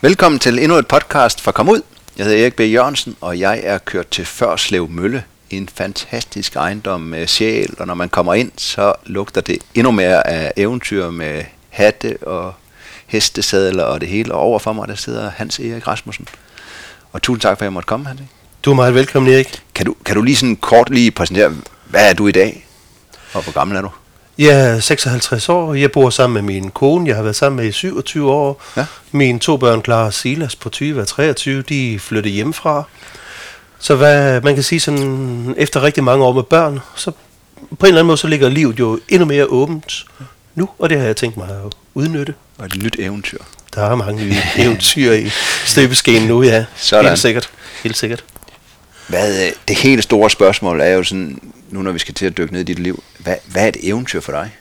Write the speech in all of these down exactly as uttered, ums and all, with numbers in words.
Velkommen til endnu et podcast fra Kom Ud. Jeg hedder Erik B. Jørgensen, og jeg er kørt til Førslev Mølle. En fantastisk ejendom med sjæl, og når man kommer ind, så lugter det endnu mere af eventyr med hatte og hestesadler og det hele. Og overfor mig, der sidder Hans Erik Rasmussen. Og tusind tak for, at jeg måtte komme, Hans. Du er meget velkommen, Erik. Kan du, kan du lige sådan kort lige præsentere, hvad er du i dag? Og hvor gammel er du? Jeg er seksoghalvtreds år. Jeg bor sammen med min kone. Jeg har været sammen med i syvogtyve år. Ja. Mine to børn, Clara og Silas, på tyve og treogtyve, de flyttede hjemmefra. Så hvad man kan sige sådan, efter rigtig mange år med børn, så på en eller anden måde, så ligger livet jo endnu mere åbent nu, og det har jeg tænkt mig at udnytte. Og et nyt eventyr. Der er mange nye eventyr i støbeskeen nu, ja. Sådan. Helt sikkert. Helt sikkert. Hvad, det helt store spørgsmål er jo sådan, nu når vi skal til at dykke ned i dit liv, hvad, hvad er et eventyr for dig?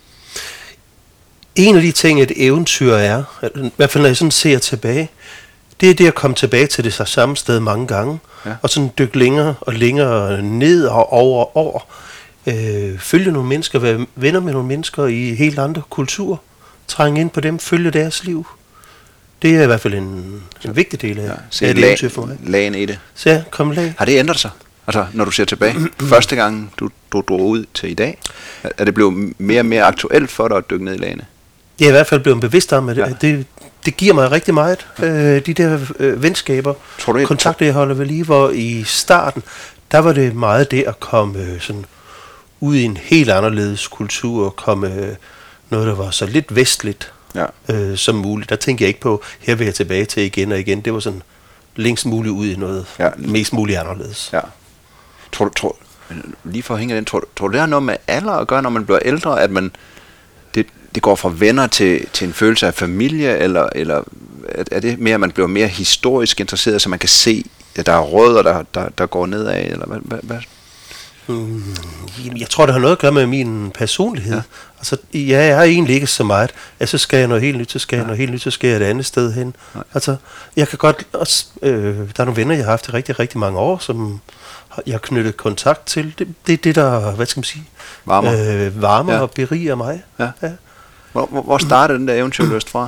En af de ting, et eventyr er, i hvert fald når jeg sådan ser tilbage, det er det at komme tilbage til det samme sted mange gange, ja. Og sådan dykke længere og længere ned og over år, øh, følge nogle mennesker, være venner med nogle mennesker i helt andre kulturer, trænge ind på dem, følge deres liv. Det er i hvert fald en, en vigtig del af, ja, af et eventyr for mig. Lagen i det. Så ja, kom lag. Har det ændret sig? Altså, når du ser tilbage, første gang du, du drog ud til i dag, er det blevet mere og mere aktuelt for dig at dykke ned i lagene? Jeg er i hvert fald blevet bevidst om, at ja. det, det giver mig rigtig meget, øh, de der øh, venskaber, tror du, kontakter, jeg holder ved lige, hvor i starten, der var det meget det at komme øh, sådan ud i en helt anderledes kultur, komme øh, noget, der var så lidt vestligt ja. øh, som muligt. Der tænker jeg ikke på, her vil jeg tilbage til igen og igen. Det var sådan længst muligt ud i noget, ja. mest muligt anderledes. Ja. Tror du, tror, lige for at hænge den, tror, tror du, det har noget med alder at gøre, når man bliver ældre, at man det, det går fra venner til, til en følelse af familie, eller, eller er det mere, at man bliver mere historisk interesseret, så man kan se, at der er rødder, der, der, der går nedad, eller hvad? hvad, hvad? Mm, jeg tror, det har noget at gøre med min personlighed. Ja. Altså, ja, jeg har egentlig ikke så meget, at så skal jeg noget helt nyt, så skal jeg ja. noget helt nyt, så skal jeg et andet sted hen. Nej. Altså, jeg kan godt også, øh, der er nogle venner, jeg har haft i rigtig, rigtig mange år, som jeg har knyttet kontakt til. Det er det, det, der, hvad skal man sige, varmer, øh, varmer ja. og beriger mig. Ja. Ja. Hvor, hvor, hvor startede den der eventyrlyst fra?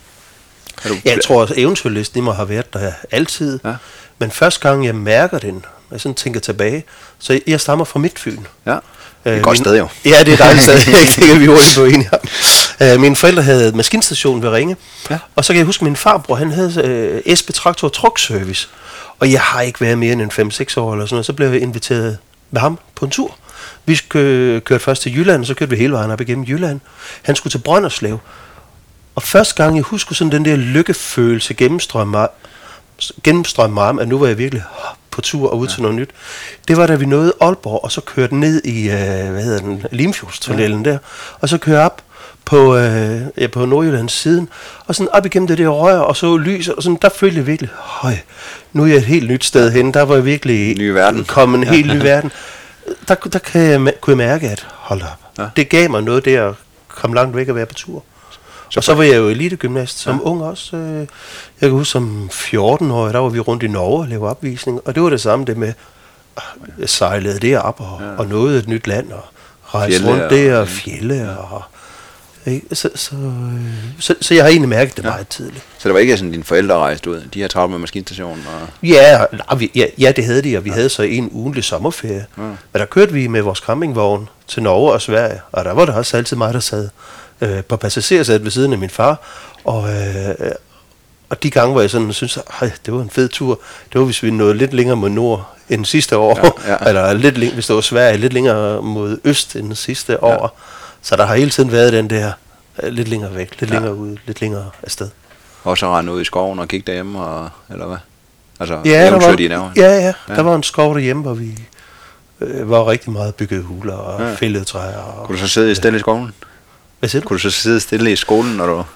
Du... Ja, jeg tror, at eventyrlysten må have været der altid. Ja. Men første gang, jeg mærker den, jeg sådan tænker tilbage, så jeg stammer fra Midtfyn. Ja, det er et godt sted jo. Ja, det er et dejligt sted. Jeg tænker, vi hurtigt på enige om. Uh, mine forældre havde maskinstation ved Ringe, ja. Og så kan jeg huske, at min farbror, han havde uh, Esbe Traktor Trukservice. Og jeg har ikke været mere end en fem seks år eller sådan noget, så blev jeg inviteret med ham på en tur. Vi kørte først til Jylland, og så kørte vi hele vejen op igennem Jylland. Han skulle til Brønderslev. Og første gang, jeg husker sådan den der lykkefølelse gennemstrømme gennemstrømme mig om, at nu var jeg virkelig på tur og ud ja. til noget nyt. Det var, da vi nåede Aalborg, og så kørte ned i, øh, hvad hedder den, Limfjordstunnelen ja. der, og så kørte op på, øh, ja, på Nordjyllands siden, og sådan op igennem det der rør, og så lys, og sådan, der følte jeg virkelig, høj, nu er jeg et helt nyt sted hen, der var jeg virkelig ny verden. kommet en helt ny verden. Der, der kan jeg, kunne jeg mærke, at hold op, ja. det gav mig noget der, at komme langt væk og være på tur. Så og så var jeg jo elitegymnast som ja. ung også. Jeg kan huske, som fjorten-årig, der var vi rundt i Norge og lavede opvisning. Og det var det samme det med, jeg sejlede derop og, ja. og nåede et nyt land og rejste rundt der og fjelle. Ja. Og, så, så, så, så jeg har egentlig mærket det ja. meget tidligt. Så det var ikke sådan, dine forældre rejste ud? De har travlt med maskinstationen? Og... Ja, nej, vi, ja, ja, det havde de, og vi ja. havde så en ugentlig sommerferie. Ja. Men der kørte vi med vores campingvogn til Norge og Sverige, og der var der også altid mig, der sad på passagersædet ved siden af min far, og, øh, og de gange, hvor jeg sådan synes, at det var en fed tur, det var, hvis vi nåede lidt længere mod nord end sidste år, ja, ja. eller lidt, hvis det var Sverige, lidt længere mod øst end sidste ja. år. Så der har hele tiden været den der, lidt længere væk, lidt ja. længere ud, lidt længere afsted. Og så rende ud i skoven og kigge derhjemme, og, eller hvad? Altså, ja, der var, ja, ja, ja, der var en skov derhjemme, hvor vi øh, var rigtig meget bygget huler og ja. fældede træer. Og, kunne du så sidde stille i skoven? Hvad siger du? Kunne du så sidde stille i skolen, når du...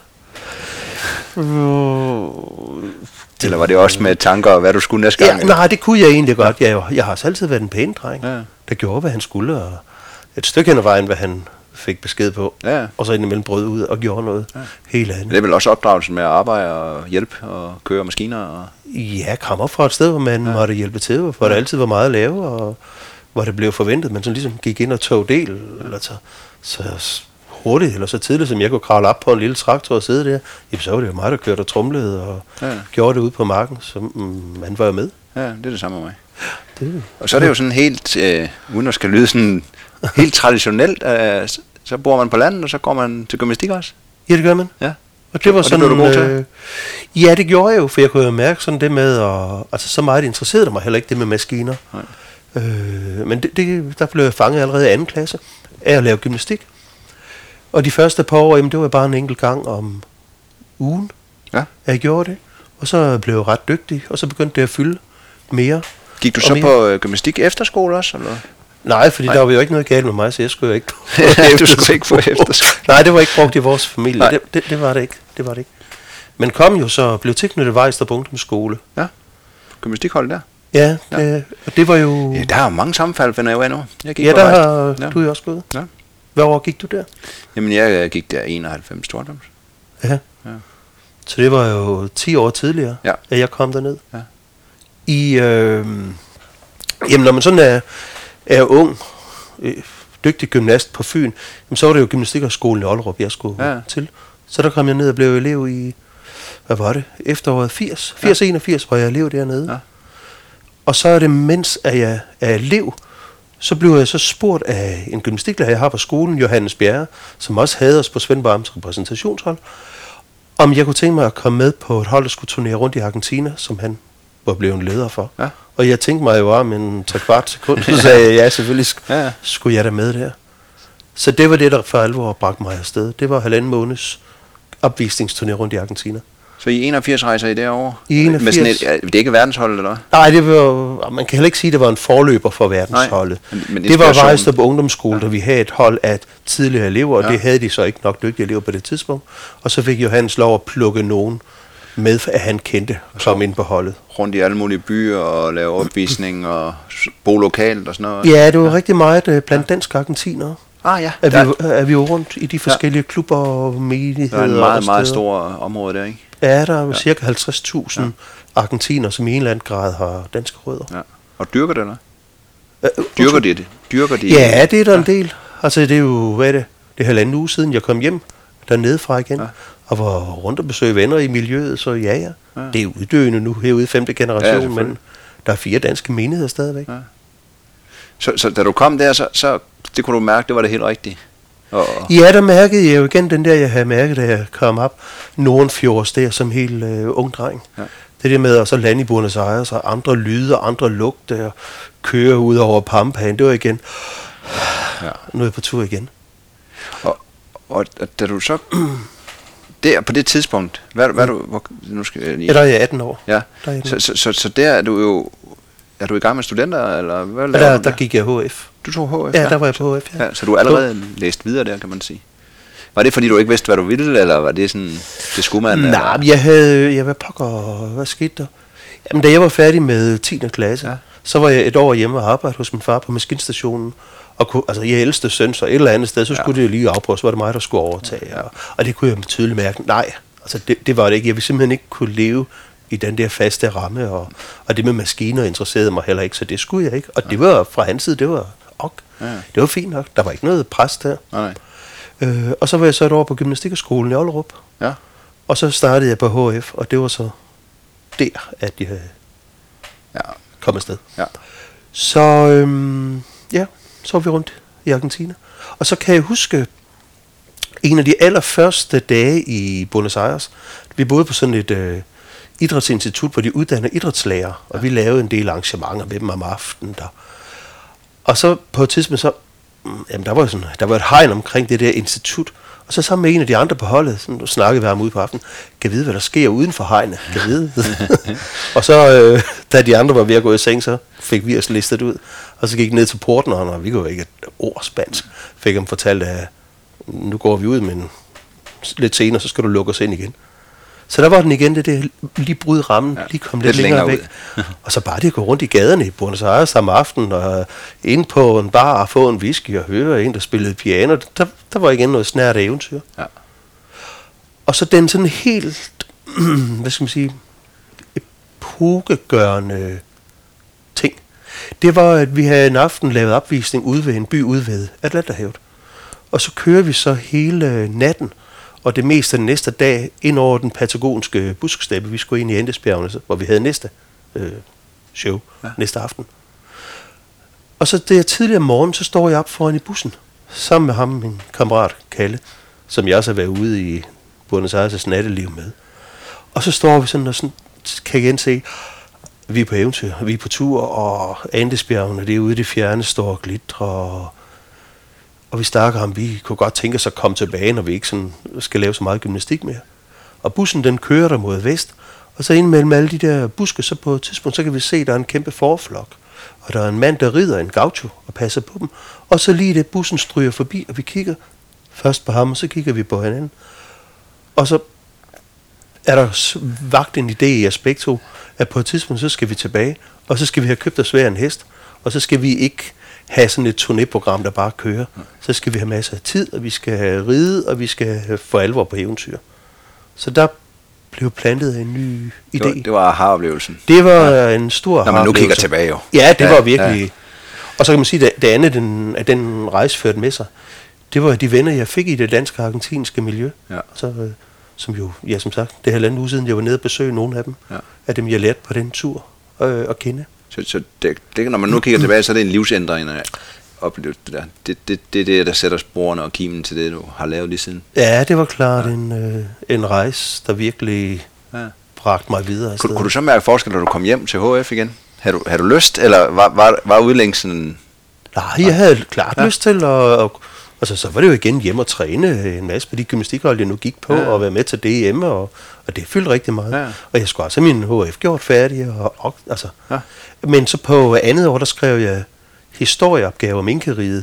Uh, Eller var det også med tanker og hvad du skulle næste gang? Ja, nej, det kunne jeg egentlig godt. Jeg, jeg har altid været en pæn dreng, ja. der gjorde, hvad han skulle, og et stykke hen ad vejen, hvad han fik besked på, ja. og så indimellem brød ud og gjorde noget ja. helt andet. Det er vel også opdragelsen med at arbejde og hjælpe og køre maskiner? Og... Ja, kom op fra et sted, hvor man ja. måtte hjælpe til, hvor ja. der altid var meget at lave, og hvor det blev forventet, man sådan ligesom gik ind og tog del, eller så, så hurtigt, eller så tidligt, som jeg kunne kravle op på en lille traktor og sidde der, jamen, så var det jo mig, der kørte og tromlede og ja. gjorde det ude på marken, så mm, man var jo med. Ja, det er det samme med mig. Det. Og så er det jo sådan helt, øh, uden at skal lyde sådan helt traditionelt, øh, så bor man på landet, og så går man til gymnastik også? Ja, det gør man. Ja. Og det var og sådan, det blev du god til? Øh, ja, det gjorde jeg jo, for jeg kunne jo mærke sådan det med, og, altså så meget interesserede mig heller ikke det med maskiner. Øh, men det, det, der blev jeg fanget allerede i anden klasse af at lave gymnastik. Og de første par år, jamen, det var bare en enkelt gang om ugen, ja. at jeg gjorde det. Og så blev jeg ret dygtig, og så begyndte det at fylde mere. Gik du så mere på øh, gymnastik efterskole også, eller? Nej, fordi Nej. der var jo ikke noget galt med mig, så jeg skulle jo ikke på Du skulle ikke på efterskole. Nej, det var ikke brugt i vores familie. Det, det, det var det ikke. Det var det ikke. Men kom jo så, blev tilknyttet Vejstrup Ungdomsskole. Ja, gymnastikhold der. Ja, ja. Det, og det var jo... Ja, der er jo mange sammenfald, finder jeg jo endnu. Jeg gik ja, der har ja. du jo også gået. Ja. Hvad år gik du der? Jamen, jeg gik der enoghalvfems tooghalvfems. Ja. ja. Så det var jo ti år tidligere, ja. at jeg kom derned. Ja. I, øh, jamen, når man sådan er, er ung, øh, dygtig gymnast på Fyn, jamen, så var det jo gymnastikerskolen i Ollerup, jeg skulle ja. til. Så der kom jeg ned og blev elev i, hvad var det, efteråret firs, firs enogfirs var jeg elev dernede. Ja. Og så er det, mens at jeg er elev, så blev jeg så spurgt af en gymnastiklærer, jeg har på skolen, Johannes Bjerre, som også havde os på Svendborg Amts repræsentationshold, om jeg kunne tænke mig at komme med på et hold, der skulle turnere rundt i Argentina, som han var blevet en leder for. Ja. Og jeg tænkte mig jo om en tre kvart sekund, så sagde jeg, ja, selvfølgelig sk- ja. skulle jeg da med der. Så det var det, der for alvor bragte mig afsted. Det var halvanden måneds opvisningsturné rundt i Argentina. Så i enogfirs rejser I derovre? I enogfirs. Med sådan et, det er ikke verdensholdet, eller? Nej, det var, man kan heller ikke sige, at det var en forløber for verdensholdet. Nej, men, men det var Vejstrup Ungdomsskole, ja. der vi havde et hold af tidligere elever, og ja. det havde de så ikke nok dygtige elever på det tidspunkt. Og så fik Johannes lov at plukke nogen med, at han kendte, kom ind på holdet. Rundt i alle mulige byer og lave opvisning og bo lokalt og sådan noget? Ja, det var ja. rigtig meget blandt ja. danske argentinere. Ah ja. Er vi, er vi jo rundt i de forskellige ja. klubber og menigheder. Der er en meget, meget stor område der, ikke? Ja, der er jo ja. cirka halvtreds tusind ja. argentiner, som i en eller anden grad har danske rødder. Ja. Og dyrker det, eller? Uh, dyrker de det? Dyrker de ja, det er der ja. en del. Altså, det er jo, hvad er det? Det er halvanden uge siden, jeg kom hjem dernede fra igen. Ja. Og var rundt og besøge venner i miljøet, så ja, ja. ja. Det er uddøende nu, herude i femte generation, ja, men der er fire danske menigheder stadigvæk. Ja. Så, så da du kom der, så, så det kunne du mærke, det var det helt rigtigt? Og ja, der mærkede jeg jo igen den der, jeg havde mærket, da jeg kom op Nordenfjords der som helt øh, ung dreng. Ja. Det der med at så lande i Buenos Aires, og andre lyde og andre lugte, og køre ud over Pampaen, det var igen, ja. nu er jeg på tur igen. Og, og da du så, der på det tidspunkt, hvad, hvad du, hvor, nu skal jeg lige... Ja, der er jeg atten år. Ja, så, så, så, så der er du jo, er du i gang med studenter, eller hvad laver ja, der, du der? der gik jeg H F. Du tog H F? Ja, ja, der var jeg på H F, ja. ja. Så du har allerede så læst videre der, kan man sige. Var det fordi, du ikke vidste, hvad du ville, eller var det sådan, det skulle man? Nej, jeg havde, jeg var pokker, hvad skete der? Jamen, da jeg var færdig med tiende klasse, ja. så var jeg et år hjemme og arbejdede hos min far på maskinstationen. Og kunne, altså, jeg ældste søn, så et eller andet sted, så ja. skulle det jo lige afprøve, så var det mig, der skulle overtage. Ja. Og, og det kunne jeg tydeligt mærke, nej, altså det, det var det ikke. Jeg ville simpelthen ikke kunne leve i den der faste ramme, og, og det med maskiner interesserede mig heller ikke, så det skulle jeg ikke. Og det var fra hans side, det var ok. Ja. Det var fint nok. Der var ikke noget pres der. Nej. Øh, og så var jeg så et år på gymnastikskolen i Ollerup. Ja. Og så startede jeg på H F, og det var så der, at jeg ja. kom afsted. Ja. Så øhm, ja, så var vi rundt i Argentina. Og så kan jeg huske en af de allerførste dage i Buenos Aires. Vi boede på sådan et øh, idrætsinstitut, hvor de uddanner idrætslærer, og ja. vi lavede en del arrangementer med dem om aftenen der. Og så på et tidspunkt så, jamen der var sådan, der var et hegn omkring det der institut, og så sammen med en af de andre på holdet, så snakkede vi ham ude på aftenen, kan vide, hvad der sker uden for hegnet, kan vide. Og så, øh, da de andre var ved at gå i seng, så fik vi os listet ud, og så gik ned til porten, og vi kunne jo ikke et ord spansk, fik ham fortalt, at nu går vi ud, men lidt senere, så skal du lukke os ind igen. Så der var den igen, det der, lige bryde rammen, ja, lige kom lidt, lidt længere, længere væk. Og så bare det at gå rundt i gaderne i Buenos Aires samme aften, og ind på en bar og få en whisky og høre en, der spillede piano, der, der var igen noget snært eventyr. Ja. Og så den sådan helt, hvad skal man sige, epokegørende ting, det var, at vi havde en aften lavet opvisning ude ved en by ude ved Atlanterhavet. Og så kører vi så hele natten, og det meste af den næste dag, ind over den patagonske busksteppe. Vi skulle ind i Andesbjergene, hvor vi havde næste øh, show, ja. næste aften. Og så det er tidligere om morgenen, så står jeg op foran i bussen, sammen med ham, min kammerat Kalle, som jeg også har været ude i Buenos Aires' natteliv med. Og så står vi sådan og sådan, kan igen se, vi er på eventyr, vi er på tur, og Andesbjergene, det er ude i det fjerne, står og glitrer, og, og vi snakker om, vi kunne godt tænke os at komme tilbage, når vi ikke sådan skal lave så meget gymnastik mere. Og bussen, den kører der mod vest, og så ind mellem alle de der buske, så på et tidspunkt, så kan vi se, at der er en kæmpe forflok, og der er en mand, der rider en gaucho og passer på dem, og så lige det, bussen stryger forbi, og vi kigger først på ham, og så kigger vi på hinanden, og så er der vagt en idé i aspekto, at på et tidspunkt, så skal vi tilbage, og så skal vi have købt os hver en hest, og så skal vi ikke have sådan et turnéprogram, der bare kører. Så skal vi have masser af tid, og vi skal have ride, og vi skal have for alvor på eventyr. Så der blev plantet en ny idé. Det var, det var aha-oplevelsen. Det var ja. en stor aha-oplevelse. Når man nu kigger tilbage jo. Ja, det ja, var virkelig. Ja. Og så kan man sige, at det andet, den, at den rejse førte med sig, det var de venner, jeg fik i det danske og argentinske miljø. Ja. Så, øh, som jo, ja som sagt, det halvanden uge siden, jeg var nede og besøge nogle af dem, ja. af dem, jeg lærte på den tur øh, at kende. Så, så det, det, når man nu kigger tilbage, så er det en livsændring at opleve det der. Det er det, det, det, der sætter sporene og kimen til det, du har lavet lige siden. Ja, det var klart ja. en, øh, en rejse, der virkelig ja. bragte mig videre. Kun, kunne du så mærke forskel, når du kom hjem til H F igen? Havde du, havde du lyst, eller var, var, var udlængsen? Nej, jeg havde klart ja. lyst til, og, og altså, så var det jo igen hjem og træne en masse på de gymnastikhold, jeg nu gik på, ja. og være med til D M, og, og det fyldte rigtig meget. Ja. Og jeg skulle også have min H F gjort færdig. Og, og, altså. ja. Men så på andet år, der skrev jeg historieopgave om Inkariget.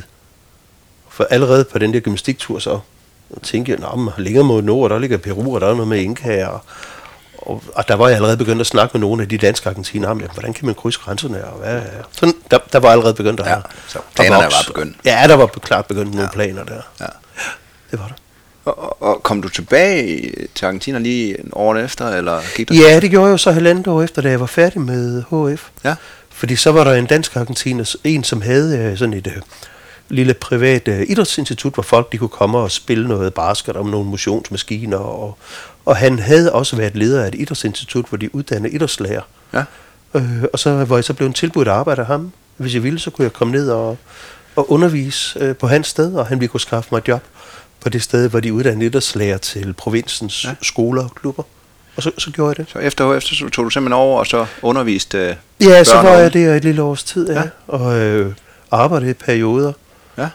For allerede på den der gymnastiktur, så tænkte jeg, nå, man ligger mod nord, der ligger Peru, og der er noget med Inka, og, og, og der var jeg allerede begyndt at snakke med nogle af de danske argentiner om, hvordan kan man krydse grænserne, og hvad, sådan, der, der var allerede begyndt at ja, så planerne var begyndt. Ja, der var klart begyndt nogle ja. planer der. Ja. Det var der. Og, og kom du tilbage til Argentina lige en år efter, eller gik der? Ja, det gjorde jeg jo så halvandet år efter, da jeg var færdig med H F. Ja. Fordi så var der en dansk argentiner, en som havde sådan et uh, lille privat uh, idrætsinstitut, hvor folk de kunne komme og spille noget basket om nogle motionsmaskiner, og, og han havde også været leder af et idrætsinstitut, hvor de uddannede idrætslærer. Ja. Øh, og så var jeg så blevet tilbudt at arbejde af ham. Hvis jeg ville, så kunne jeg komme ned og, og undervise øh, på hans sted, og han ville kunne skaffe mig et job på det sted, hvor de uddannede idrætslærer til provinsens ja. skoler og klubber. Og så, så gjorde jeg det. Så efter H F, så tog du simpelthen over, og så underviste øh, ja, så var jeg der et lille års tid, ja. ja. Og øh, arbejdede i perioder. Ja.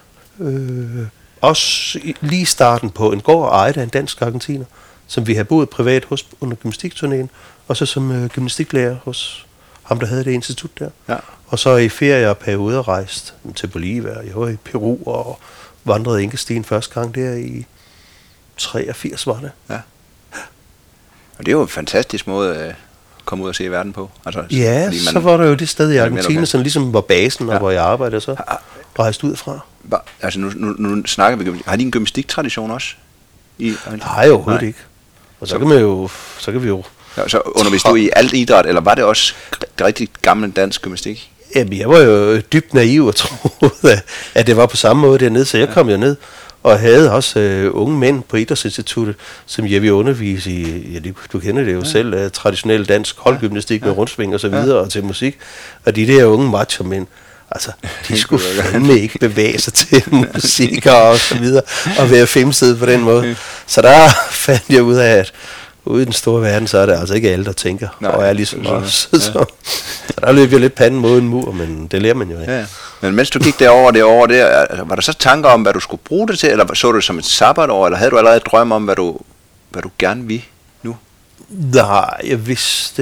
Øh, også i, lige starten på en gård ejet af en dansk argentiner, som vi havde boet privat hos under gymnastikturnéen, og så som øh, gymnastiklærer hos ham, der havde det institut der. Ja. Og så i ferie og perioder rejst til Bolivia, jeg var i Peru og vandrede Inkestien første gang der i treogfirs var det. Ja. Og det er jo en fantastisk måde at komme ud og se verden på. Altså, ja, man, så var der jo det sted i Argentina, som ligesom var basen, og ja. hvor jeg arbejdede, så rejste ud fra. Altså nu, nu, nu snakker vi, har de en gymnastiktradition også? I, Nej, overhovedet Nej. ikke. Og så, så kan man jo, så kan vi jo... Ja, så underviste du i alt idræt, eller var det også det rigtig gamle dansk gymnastik? Jamen, jeg var jo dybt naiv og troede, at det var på samme måde dernede, så jeg ja. kom jo ned og havde også øh, unge mænd på idrætsinstituttet, som jeg ville undervise i, ja, du kender det jo ja. selv, uh, traditionel dansk holdgymnastik ja. med rundsving og så videre, ja. og til musik. Og de der unge macho-mænd, altså, de skulle fandme ikke bevæge sig til musik og så videre, og være femsede på den måde. Så der fandt jeg ud af, at ude i den store verden, så er det altså ikke alle, der tænker, Nej, og er ligesom os. Ja. Så, så der løb jeg lidt panden mod en mur, men det lærer man jo ikke. Ja. Men mens du gik derover det over der, altså, var der så tanker om, hvad du skulle bruge det til, eller så du det som et sabbatår, eller havde du allerede drømme om, hvad du, hvad du gerne vil nu? Nej, jeg vidste...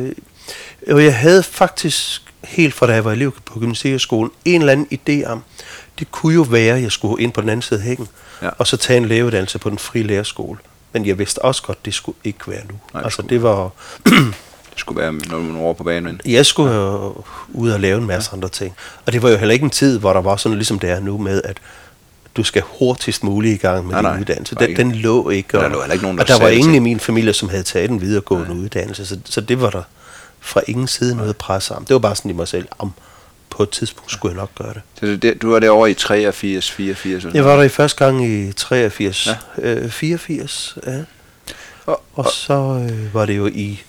Jo, jeg havde faktisk helt fra da jeg var elev på gymnastikskolen en eller anden idé om, det kunne jo være, at jeg skulle ind på den anden side af hækken, ja. og så tage en lægeuddannelse på den frie lærerskole. Men jeg vidste også godt, det skulle ikke være nu. Nej, altså det var... det skulle være nogle år på banen. Jeg skulle jo ud og lave en masse ja. andre ting. Og det var jo heller ikke en tid, hvor der var sådan ligesom det er nu med, at du skal hurtigst muligt i gang med nej, din uddannelse. Den, den lå ikke. Og der, lå ikke nogen, der, og der var ingen til. i min familie, som havde taget en videregående nej. uddannelse. Så, så det var der fra ingen side nej. noget pres om. Det var bare sådan i mig selv, om på et tidspunkt skulle jeg nok gøre det. det, det du var derovre i treogfirs, fireogfirs? Jeg var der i første gang i treogfirs, ja. øh, fireogfirs, ja. Og, og så øh, var det jo i,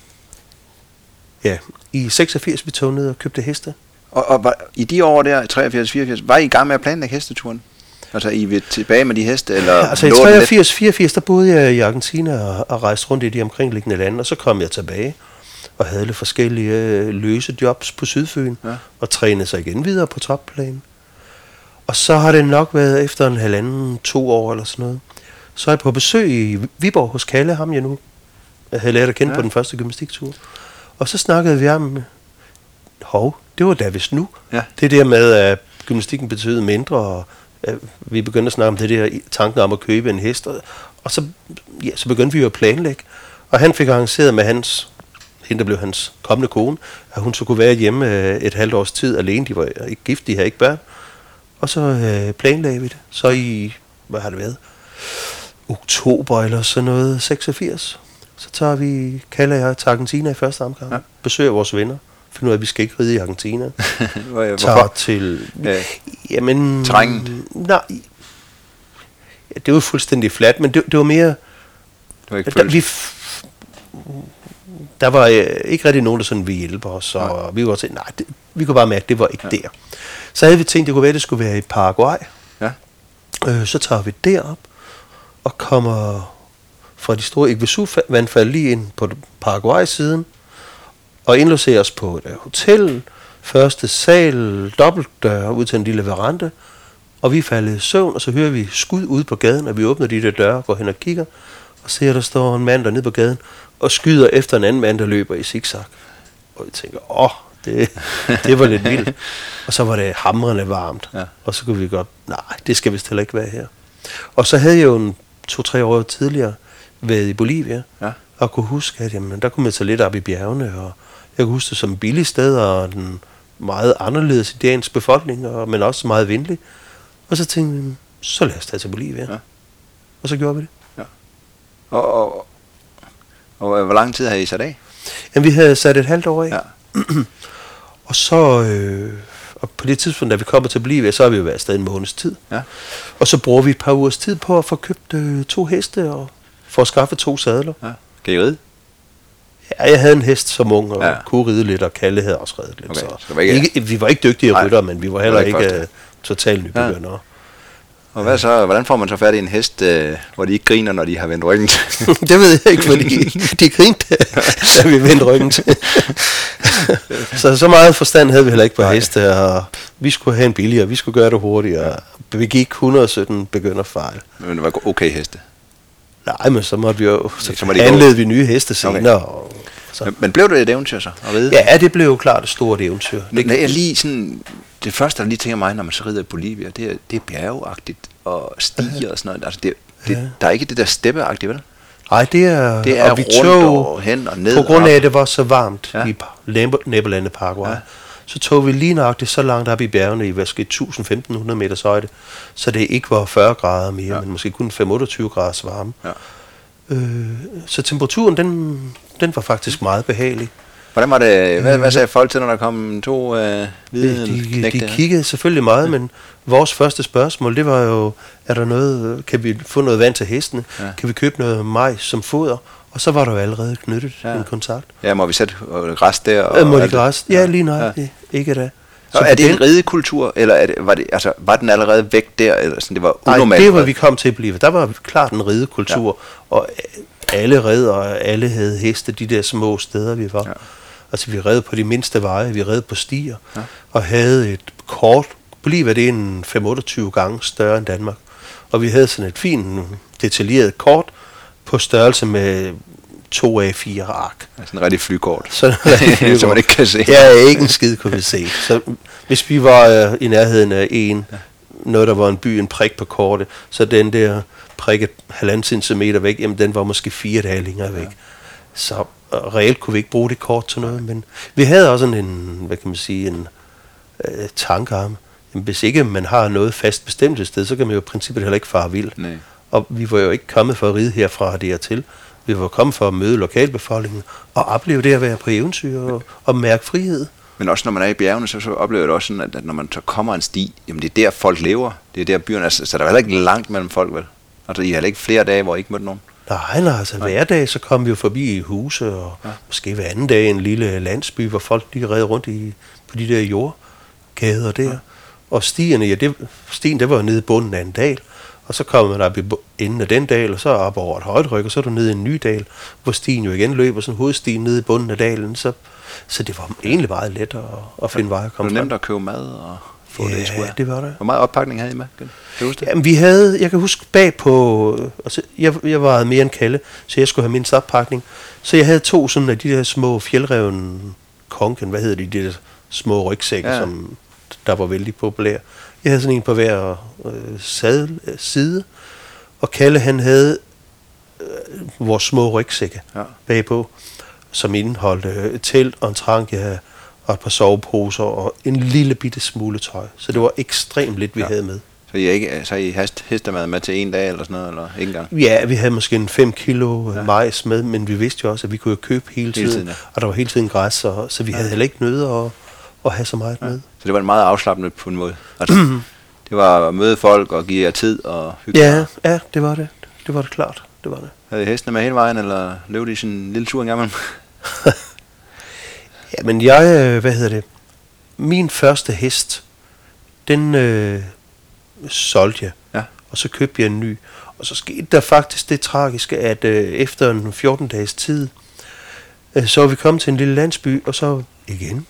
ja, i seksogfirs, vi tog ned og købte heste. Og, og var, i de år der, treogfirs, fireogfirs, var I i gang med at planlægge hesteturen? Altså, I vil tilbage med de heste? Eller ja, altså i treogfirs, fireogfirs, der boede jeg i Argentina og, og rejste rundt i de omkringliggende lande, og så kom jeg tilbage og havde lidt forskellige øh, løse jobs på Sydfyn, ja. Og trænede sig igen videre på topplan. Og så har det nok været efter en halvanden, to år eller sådan noget. Så er jeg på besøg i Viborg hos Kalle, ham jeg nu jeg havde lært at kende ja. På den første gymnastiktur. Og så snakkede vi om, hov, det var da vist nu. Ja. Det der med, at gymnastikken betød mindre, og at vi begyndte at snakke om det der tanken om at købe en hest. Og, og så, ja, så begyndte vi jo at planlægge. Og han fik arrangeret med hans, hende der blev hans kommende kone, at hun så kunne være hjemme et halvt års tid alene. De var ikke gift, de havde ikke børn. Og så øh, planlagde vi det. Så i, hvad har det været? Oktober eller sådan noget, seksogfirs. Så tager vi, kalder jeg til Argentina i første omgang. Ja. Besøger vores venner. Finder ud af, at vi skal ikke ride i Argentina. Hvorfor? Tager til... Ja. Jamen... Terrænet? Nej. Ja, det var fuldstændig fladt, men det, det var mere... Det var ikke der, vi f- der var øh, ikke rigtig nogen, der sådan ville hjælpe os. Og ja. Vi kunne sige, nej, det, vi kunne bare mærke, at det var ikke ja. Der. Så havde vi tænkt, det kunne være, at det skulle være i Paraguay. Ja. Øh, så tager vi derop og kommer fra de store Iguazu-vandfald lige ind på Paraguay-siden og indlogerer os på et hotel, første sal, dobbeltdør ud til en lille veranda, og vi falder i søvn, og så hører vi skud ude på gaden, og vi åbner de der døre, går hen og kigger, og ser, der står en mand dernede på gaden, og skyder efter en anden mand, der løber i zigzag. Og vi tænker, åh, det, det var lidt vildt. Og så var det hamrende varmt, ja. Og så kunne vi godt, nej, det skal vist heller ikke være her. Og så havde jeg jo en to-tre år tidligere været i Bolivia, ja. Og kunne huske, at jamen, der kunne man tage lidt op i bjergene, og jeg kunne huske det som et billigt sted, og den meget anderledes i dagens befolkning, og, men også meget venlig. Og så tænkte vi, så lad os tage til Bolivia. Ja. Og så gjorde vi det. Ja. Og, og, og hvor lang tid havde I sat af? Jamen, vi havde sat et halvt år af. Ja. Og så, øh, og på det tidspunkt, da vi kommer til Bolivia, så har vi jo været afsted en måneds tid. Ja. Og så bruger vi et par ugers tid på at få købt øh, to heste, og for at skaffe to sadler. Ja. Kan I ride? Ja, jeg havde en hest som ung, og ja. Kunne ride lidt, og Kalle havde også ridet lidt. Okay. Så så var ikke, ikke, vi var ikke dygtige ryttere, men vi var heller var ikke, ikke uh, totalt nybegyndere. Ja. Og hvad så, hvordan får man så fat i en hest, øh, hvor de ikke griner, når de har vendt ryggen til? Det ved jeg ikke, fordi de grinte, da vi vendte ryggen til. Så så meget forstand havde vi heller ikke på heste, og vi skulle have en billigere, vi skulle gøre det hurtigere. Vi gik et hundrede og sytten begynderfejl. Men det var okay heste? Nej, men så måtte vi jo, så, så anledte vi nye heste senere. Okay. Og men, men blev det et eventyr så at ride? Ja, det blev jo klart et stort eventyr. Det, når jeg lige sådan, det første, der lige tænker mig, når man så rider i Bolivia, det er, det er bjergeagtigt og stiger og sådan noget. Altså det, det, ja. Der er ikke det der steppeagtigt, vel? Nej, det er, det er og vi rundt tog, og hen og ned. På grund af, at det var så varmt ja. I nabolandet Paraguay, ja. Så tog vi lige nøjagtigt så langt op i bjergene i måske tusind til femten hundrede meters højde, så det ikke var fyrre grader mere, ja. Men måske kun fem til otteogtyve graders varme. Ja. Øh, så temperaturen, den, den var faktisk meget behagelig. Hvordan var det, hvad, hvad sagde folk til, når der kom to øh, hvide de, knægte? De kiggede selvfølgelig meget, ja. Men vores første spørgsmål, det var jo, er der noget, kan vi få noget vand til hestene? Ja. Kan vi købe noget majs som foder? Og så var der jo allerede knyttet ja. En kontakt. Ja, må vi sætte græs der? Og øh, må de græs? Ja, lige nøjagtigt. Ja. Ikke da. Så er det en ridekultur, eller er det, var, det, altså, var den allerede væk der, eller sådan, det var unormalt? Nej, det var vi kom til at blive. Der var klart en ridekultur, ja. Og alle red og alle havde heste, de der små steder, vi var. Ja. Altså, vi red på de mindste veje, vi red på stier, ja. Og havde et kort, Bolivia det er en fem til otteogtyve gange større end Danmark, og vi havde sådan et fint, detaljeret kort på størrelse med to A fire ark. Altså en rigtig flykort. Så, flykort. Så man ikke kan se. Ja, ikke en skid kunne vi se. Så hvis vi var øh, i nærheden af en, ja. Noget der var en by, en prik på kortet, så den der prik et halvanden centimeter væk, jamen den var måske fire dage længere væk. Ja. Så og reelt kunne vi ikke bruge det kort til noget, men vi havde også en, hvad kan man sige, en øh, tanke om, jamen, hvis ikke man har noget fast bestemt sted, så kan man jo i princippet heller ikke fare vild. Nej. Og vi var jo ikke kommet for at ride herfra og dertil. Vi var kommet for at møde lokalbefolkningen og opleve det at være på eventyr og, og mærke frihed. Men også når man er i bjergene, så, så oplever jeg det også sådan, at, at når man så kommer en sti, jamen det er der folk lever. Det er der byerne er, så der er heller ikke langt mellem folk, vel? Altså I har heller ikke flere dage, hvor I ikke mødte nogen? Nej, nej, altså hver dag, så kom vi jo forbi i huse, og ja. måske hver anden dag en lille landsby, hvor folk lige redde rundt i, på de der jordgader der. Ja. Og stierne, ja, det, stien, det var jo nede i bunden af en dal, og så kommer man op i enden af den dal, og så op over et højtryk, og så er du nede i en ny dal, hvor stien jo igen løber, sådan hovedstien nede i bunden af dalen, så, så det var egentlig meget let at, at finde vej at komme frem. Det var nemt at købe mad og få ja, det i skud. det var det. Hvor meget oppakning havde I med? Kan du huske det? Jamen, vi havde, jeg kan huske bag på, altså, jeg, jeg var mere end Kalle, så jeg skulle have mindst oppakning, så jeg havde to sådan af de der små fjeldreven konken, hvad hedder de, de der små rygsække, ja. som der var vældig populære. Jeg havde sådan en på hver øh, sadel, øh, side, og Kalle han havde øh, vores små rygsække ja. bagpå, som indeholdt øh, et telt og en tranke og et par soveposer og en lille bitte smule tøj. Så det var ekstremt lidt, vi ja. havde med. Så I ikke, så I hast, hestemad med til en dag eller sådan noget, eller ikke engang? Ja, vi havde måske en fem kilo ja. majs med, men vi vidste jo også, at vi kunne købe hele tiden, hele tiden ja. og der var hele tiden græs, så, så vi ja. havde heller ikke nødt at, at have så meget ja. med. Så det var en meget afslappende på en måde. Altså, det var at møde folk og give jer tid og hygge. Ja, ja, det var det. Det var det klart. Det var det. Havde I hestene med hele vejen, eller løb de sådan en lille tur en gang imellem? Ja, men jeg, hvad hedder det, min første hest, den øh, solgte jeg, ja. og så købte jeg en ny. Og så skete der faktisk det tragiske, at øh, efter en fjorten dages tid, øh, så var vi kommet til en lille landsby, og så igen,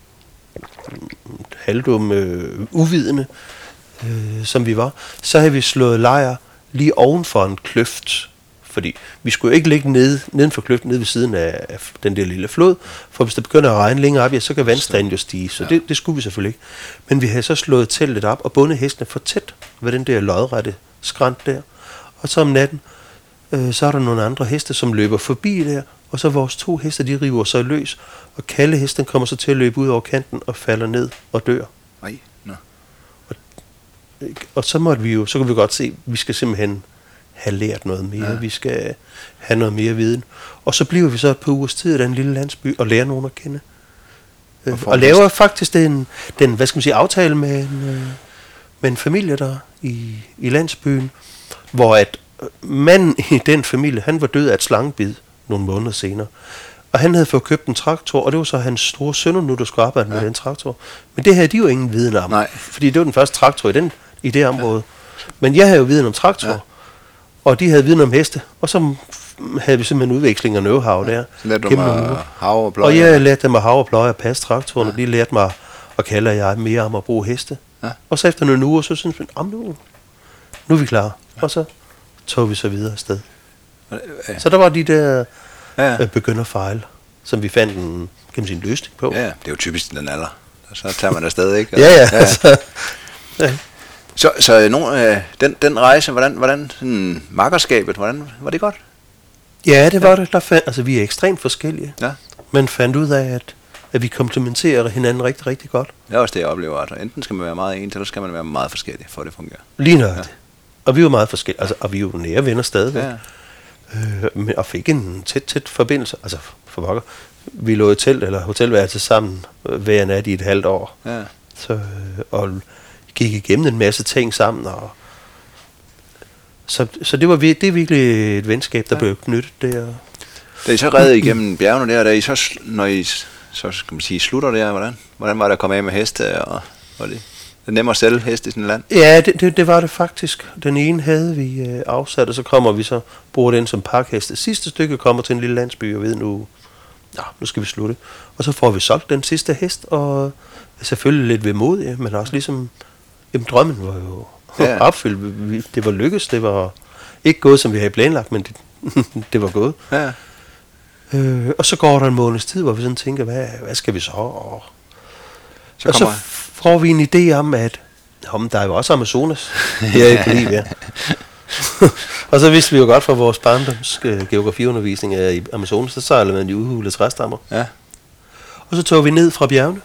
halvdum øh, uvidende, øh, som vi var, så havde vi slået lejr lige oven for en kløft. Fordi vi skulle jo ikke ligge nede, neden for kløften, nede ved siden af, af den der lille flod, for hvis det begynder at regne længere op, ja, så kan vandstanden jo stige, så ja. det, det skulle vi selvfølgelig ikke. Men vi havde så slået teltet op og bundet hestene for tæt ved den der lodrette skrant der. Og så om natten, øh, så er der nogle andre heste, som løber forbi der, og så vores to heste, de river sig løs, og Kalle hesten kommer så til at løbe ud over kanten og falder ned og dør. Ej, nå. Og, og så måtte vi jo, så kan vi godt se, at vi skal simpelthen have lært noget mere, ja. vi skal have noget mere viden. Og så bliver vi så et par ugers tid i den lille landsby og lærer nogen at kende. Og, og laver faktisk den, den, hvad skal man sige, aftale med en, med en familie der i, i landsbyen, hvor at manden i den familie, han var død af et slangebid nogle måneder senere. Og han havde fået købt en traktor, og det var så hans store sønner nu, der skulle arbejde ja. med den traktor. Men det havde de jo ingen viden om, Nej. fordi det var den første traktor i, den, i det område. Ja. Men jeg havde jo viden om traktor. Ja. Og de havde viden om heste, og så havde vi simpelthen udveksling af know-how der. Så lærte du mig hav og pløje? Og jeg lærte dem at hav og pløje og passe traktoren, ja. og de lærte mig at kalde jeg mere om at bruge heste. Ja. Og så efter nogle uger, så synes vi, om nu, nu er vi klar. Ja. Og så tog vi så videre afsted. Ja. Så der var de der ja. begynderfejl, som vi fandt en, kan man sige, en løsning på. Ja, det er jo typisk den alder. Så tager man afsted, ikke? ja, ja. Altså, ja. Så, så nogle, øh, den, den rejse, hvordan, hvordan sådan, makkerskabet, hvordan var det godt? Ja, det var ja. det. Der fandt, altså, vi er ekstremt forskellige. Ja. Man fandt ud af, at, at vi komplementerer hinanden rigtig, rigtig godt. Det er også det, jeg oplever. Altså, enten skal man være meget ens, eller skal man være meget forskellig, for at det fungerer. Lige nok. Ja. Og vi var meget forskellige. Altså, og vi er jo nære venner stadigvæk. Ja. Øh, og fik en tæt, tæt forbindelse. Altså, for pokker. Vi lå i telt eller hotelværelse sammen hver nat i et halvt år. Ja. Så, øh, og gik igennem en masse ting sammen, og så, så det var det er virkelig et venskab, der ja. blev knyttet der. Da I så redde igennem bjergene der, da I så, når I så skal man sige, slutter der, hvordan, hvordan var det at komme af med heste, og var det, det nemmere at sælge heste i sådan et land? Ja, det, det, det var det faktisk. Den ene havde vi øh, afsat, og så kommer vi så, bruger den som parkheste. Sidste stykke kommer til en lille landsby, og ved nu, ja, nu skal vi slutte. Og så får vi solgt den sidste hest, og selvfølgelig lidt vemodig, ja, men også ligesom, jamen drømmen var jo ja. opfyldt. Det var lykkes, det var ikke gået, som vi havde planlagt, men det, det var gået. Ja. Øh, og så går der en måneds tid, hvor vi sådan tænker, hvad, hvad skal vi så? Og så, og så får vi en idé om, at jamen, der er jo også Amazonas her i Bolivia. Og så vidste vi jo godt fra vores barndoms øh, geografiundervisning af i Amazonas, så sejler man de udhulede træstammer. Ja. Og så tog vi ned fra bjergene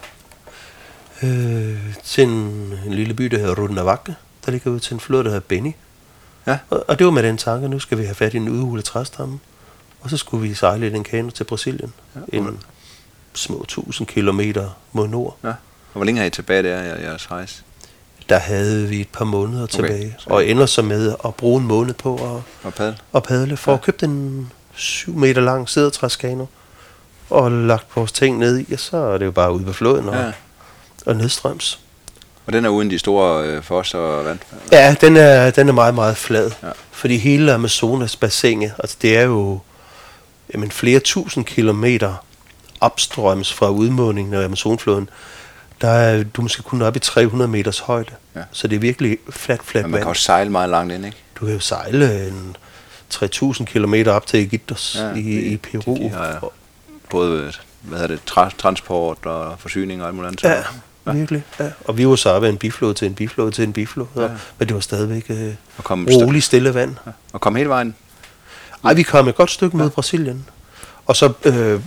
øh, til en, en lille by, der hedder Runavaque, der ligger ud til en flod, der hedder Beni. Ja. Og, og det var med den tanke, nu skal vi have fat i en udhulet træstamme. Og så skulle vi sejle i den kano til Brasilien. Ja, inden. små tusind kilometer mod nord. Ja. Og hvor længe har I tilbage der i jeres rejse? Der havde vi et par måneder okay, tilbage, så og ender så med at bruge en måned på at, og padle. at padle, for ja. at købe den syv meter lang sædetræskano, og lagt vores ting ned i, og så er det jo bare ude på floden og, ja. og nedstrøms. Og den er uden de store øh, fosser og vand? Ja, den er, den er meget, meget flad, ja. fordi hele Amazonas bassinet, altså det er jo jamen, flere tusind kilometer opstrøms fra udmåningen af Amazonfloden. Der er du måske kun op i tre hundrede meters højde, ja. så det er virkelig fladt, fladt vand. Men man kan også sejle meget langt ind, ikke? Du kan jo sejle en tre tusind kilometer op til Iquitos ja, i, i Peru. De har både hvad hedder det, tra- transport og forsyning og alt muligt andet. Ja, ja, virkelig. Ja. Og vi var så oppe af en biflod til en biflod til en biflod, ja. men det var stadigvæk øh, rolig, stille vand. Ja. Og kom hele vejen? Nej, vi kom et godt stykke mod ja. Brasilien. Og så, øh,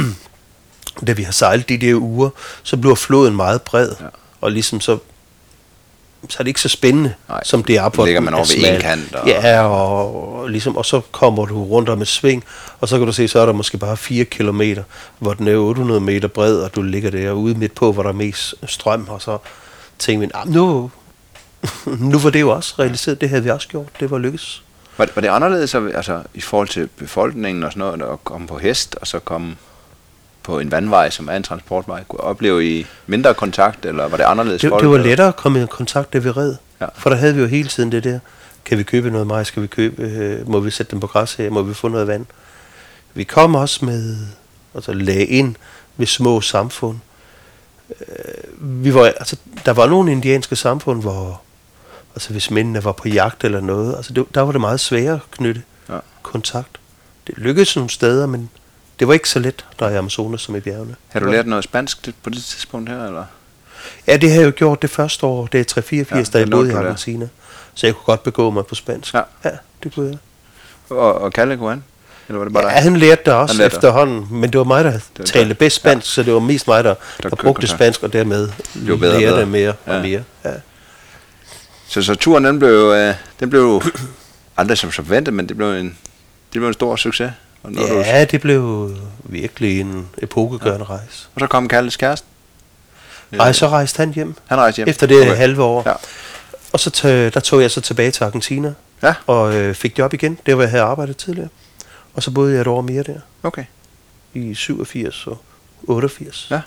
da vi har sejlet de der uger, så bliver floden meget bred. Ja. Og ligesom så, så er det ikke så spændende, nej, som det er på. Ligger man over ved en kant. Og ja, og, og, ligesom, og så kommer du rundt om et sving, og så kan du se, så er der måske bare fire kilometer, hvor den er otte hundrede meter bred, og du ligger der ude midt på, hvor der er mest strøm, og så tænker vi, ah, nu, nu var det jo også realiseret, det havde vi også gjort, det var lykkes. Var det, var det anderledes altså, i forhold til befolkningen og sådan noget, at komme på hest, og så komme på en vandvej, som er en transportvej? Kunne opleve I mindre kontakt, eller var det anderledes? Det, folk, det var eller? lettere at komme i kontakt, da vi red. Ja. For der havde vi jo hele tiden det der, kan vi købe noget majs, skal vi købe, øh, må vi sætte dem på græs her, må vi få noget vand. Vi kom også med, altså lagde ind ved små samfund. Øh, vi var, altså, der var nogle indianske samfund, hvor altså hvis mændene var på jagt eller noget, altså det, der var det meget sværere at knytte ja. kontakt. Det lykkedes nogle steder, men det var ikke så let, der er i Amazonas som i bjergene. Har du lært noget spansk på det tidspunkt her, eller? Ja, det har jeg jo gjort det første år. Det er tre fireogfirs, ja, da jeg boede i Argentina. Så jeg kunne godt begå mig på spansk. Ja, ja det kunne jeg. Og, og Kalle kunne han? Eller var det bare ja, dig? han lærte det også efterhånden, men det var mig, der det talte bedst spansk, ja. så det var mest mig, der, der, der brugte spansk, og dermed lærte det mere ja. og mere. Ja. Så, så turen, den blev, øh, den blev aldrig som så ventet, men det blev en, det blev en stor succes. Og ja, det blev virkelig en epokegørende ja. rejse. Og så kom Kalles kæreste? Nej, så rejste han hjem. Han rejste hjem? Efter det okay. halve år. Ja. Og så t- der tog jeg så tilbage til Argentina, ja. og øh, fik job igen, der hvor jeg havde arbejdet tidligere. Og så boede jeg et år mere der. Okay. I syvogfirs og otteogfirs. Ja.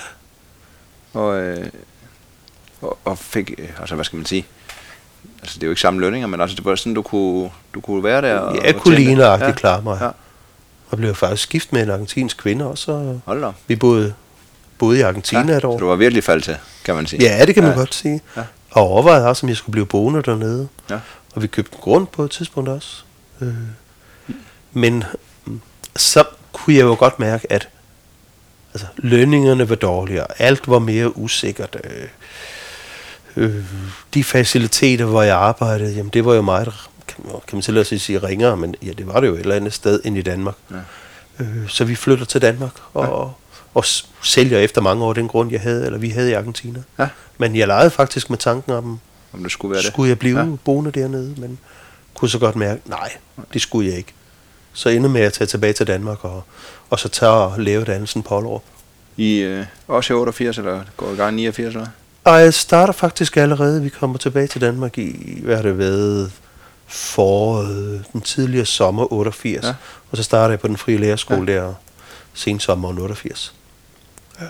Og, øh, og, og fik, altså hvad skal man sige, altså det er jo ikke samme lønninger, men altså det var sådan, du kunne, du kunne være der og, ja, jeg kunne lige nøjagtigt ja. klare mig. Ja. Og blev faktisk gift med en argentinsk kvinde også. Og hold da. Vi boede, boede i Argentina ja, et år. Så du var virkelig faldet til, kan man sige. Ja, det kan man ja. godt sige. Ja. Og overvejede også, om jeg skulle blive boende dernede. Ja. Og vi købte en grund på et tidspunkt også. Øh. Men så kunne jeg jo godt mærke, at altså, lønningerne var dårligere. Alt var mere usikkert. Øh. Øh. De faciliteter, hvor jeg arbejdede, jamen det var jo meget, kan man, kan man til at sige, ringere, men ja, det var det jo et eller andet sted end i Danmark. Ja. Øh. Så vi flytter til Danmark og... Ja. og sælger efter mange år den grund, jeg havde, eller vi havde i Argentina. Ja. Men jeg legede faktisk med tanken om, om det skulle være det. Skulle jeg blive ja. boende dernede, men kunne så godt mærke, nej, det skulle jeg ikke. Så endte med at tage tilbage til Danmark, og, og så tage og lave dannelsen på Ollerup. I øh, også i otteogfirs, eller går i gang niogfirs, eller? Og jeg starter faktisk allerede, vi kommer tilbage til Danmark i, hvad har det været, foråret, den tidligere sommer otteogfirs. Ja. Og så starter jeg på den frie lærerskole ja. der sensommeren otteogfirs. Ja.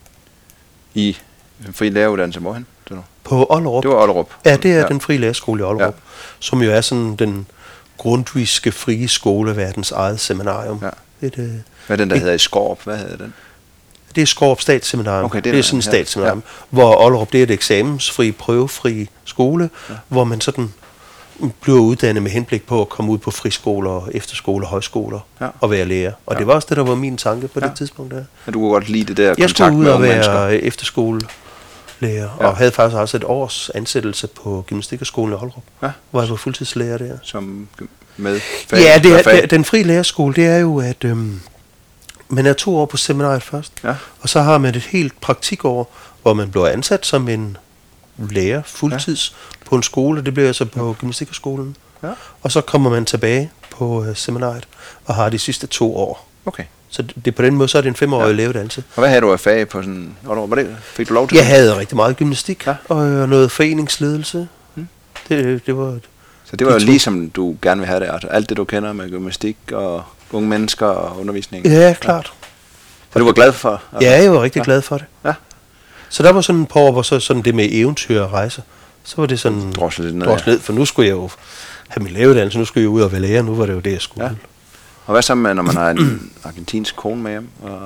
I fri læreruddannelse, hvorhen? På Ollerup. Det var Ollerup. Ja, det er ja. den frie lærerskole i Ollerup, ja. som jo er sådan den grundtvigske frie skoleverdens eget seminarium. Ja. Et, øh, Hvad er den, der et, hedder i Skårup? Hvad hedder den? Det er Skårup Statsseminarium. Okay, det, det er, er sådan en statsseminarium, ja. hvor Ollerup, det er et eksamensfri, prøvefri skole, ja. hvor man sådan bliver uddannet med henblik på at komme ud på friskoler, efterskoler, højskoler ja. og være lærer. Og ja. det var også det, der var min tanke på ja. det tidspunkt der. Ja, du kunne godt lide det der jeg kontakt med unge mennesker. Jeg skulle ud og være efterskolelærer, ja. og havde faktisk også et års ansættelse på gymnastikoskolen i Ollerup, ja. hvor jeg var fuldtidslærer der. Som med fag? Ja, det er, det, den frie lærerskole, det er jo, at øhm, man er to år på seminariet først, ja. og så har man et helt praktikår, hvor man bliver ansat som en lærer fuldtids ja. på en skole. Det bliver altså på gymnastikoskolen. Ja. Og så kommer man tilbage på uh, seminariet og har de sidste to år. Okay. Så det, det på den måde, så er det en femårig ja. lævedannelse. Og hvad havde du af fag på sådan, var det, fik du lov til? Jeg havde rigtig meget gymnastik, ja. og noget foreningsledelse. Hmm. Det, det var... Så det var jo ligesom du gerne vil have det, altså alt det du kender med gymnastik og unge mennesker og undervisning. Ja, klart. Ja. Så du var glad for? Altså. Ja, jeg var rigtig ja. glad for det. Ja. Så der var sådan et par år, hvor så sådan det med eventyr og rejser, så var det sådan droslet ned, droslet, ja. for nu skulle jeg jo have min lægeuddannelse, nu skulle jeg ud og være lærer, nu var det jo det, jeg skulle. Ja. Og hvad så med, når man har en argentinsk kone med hjem? Og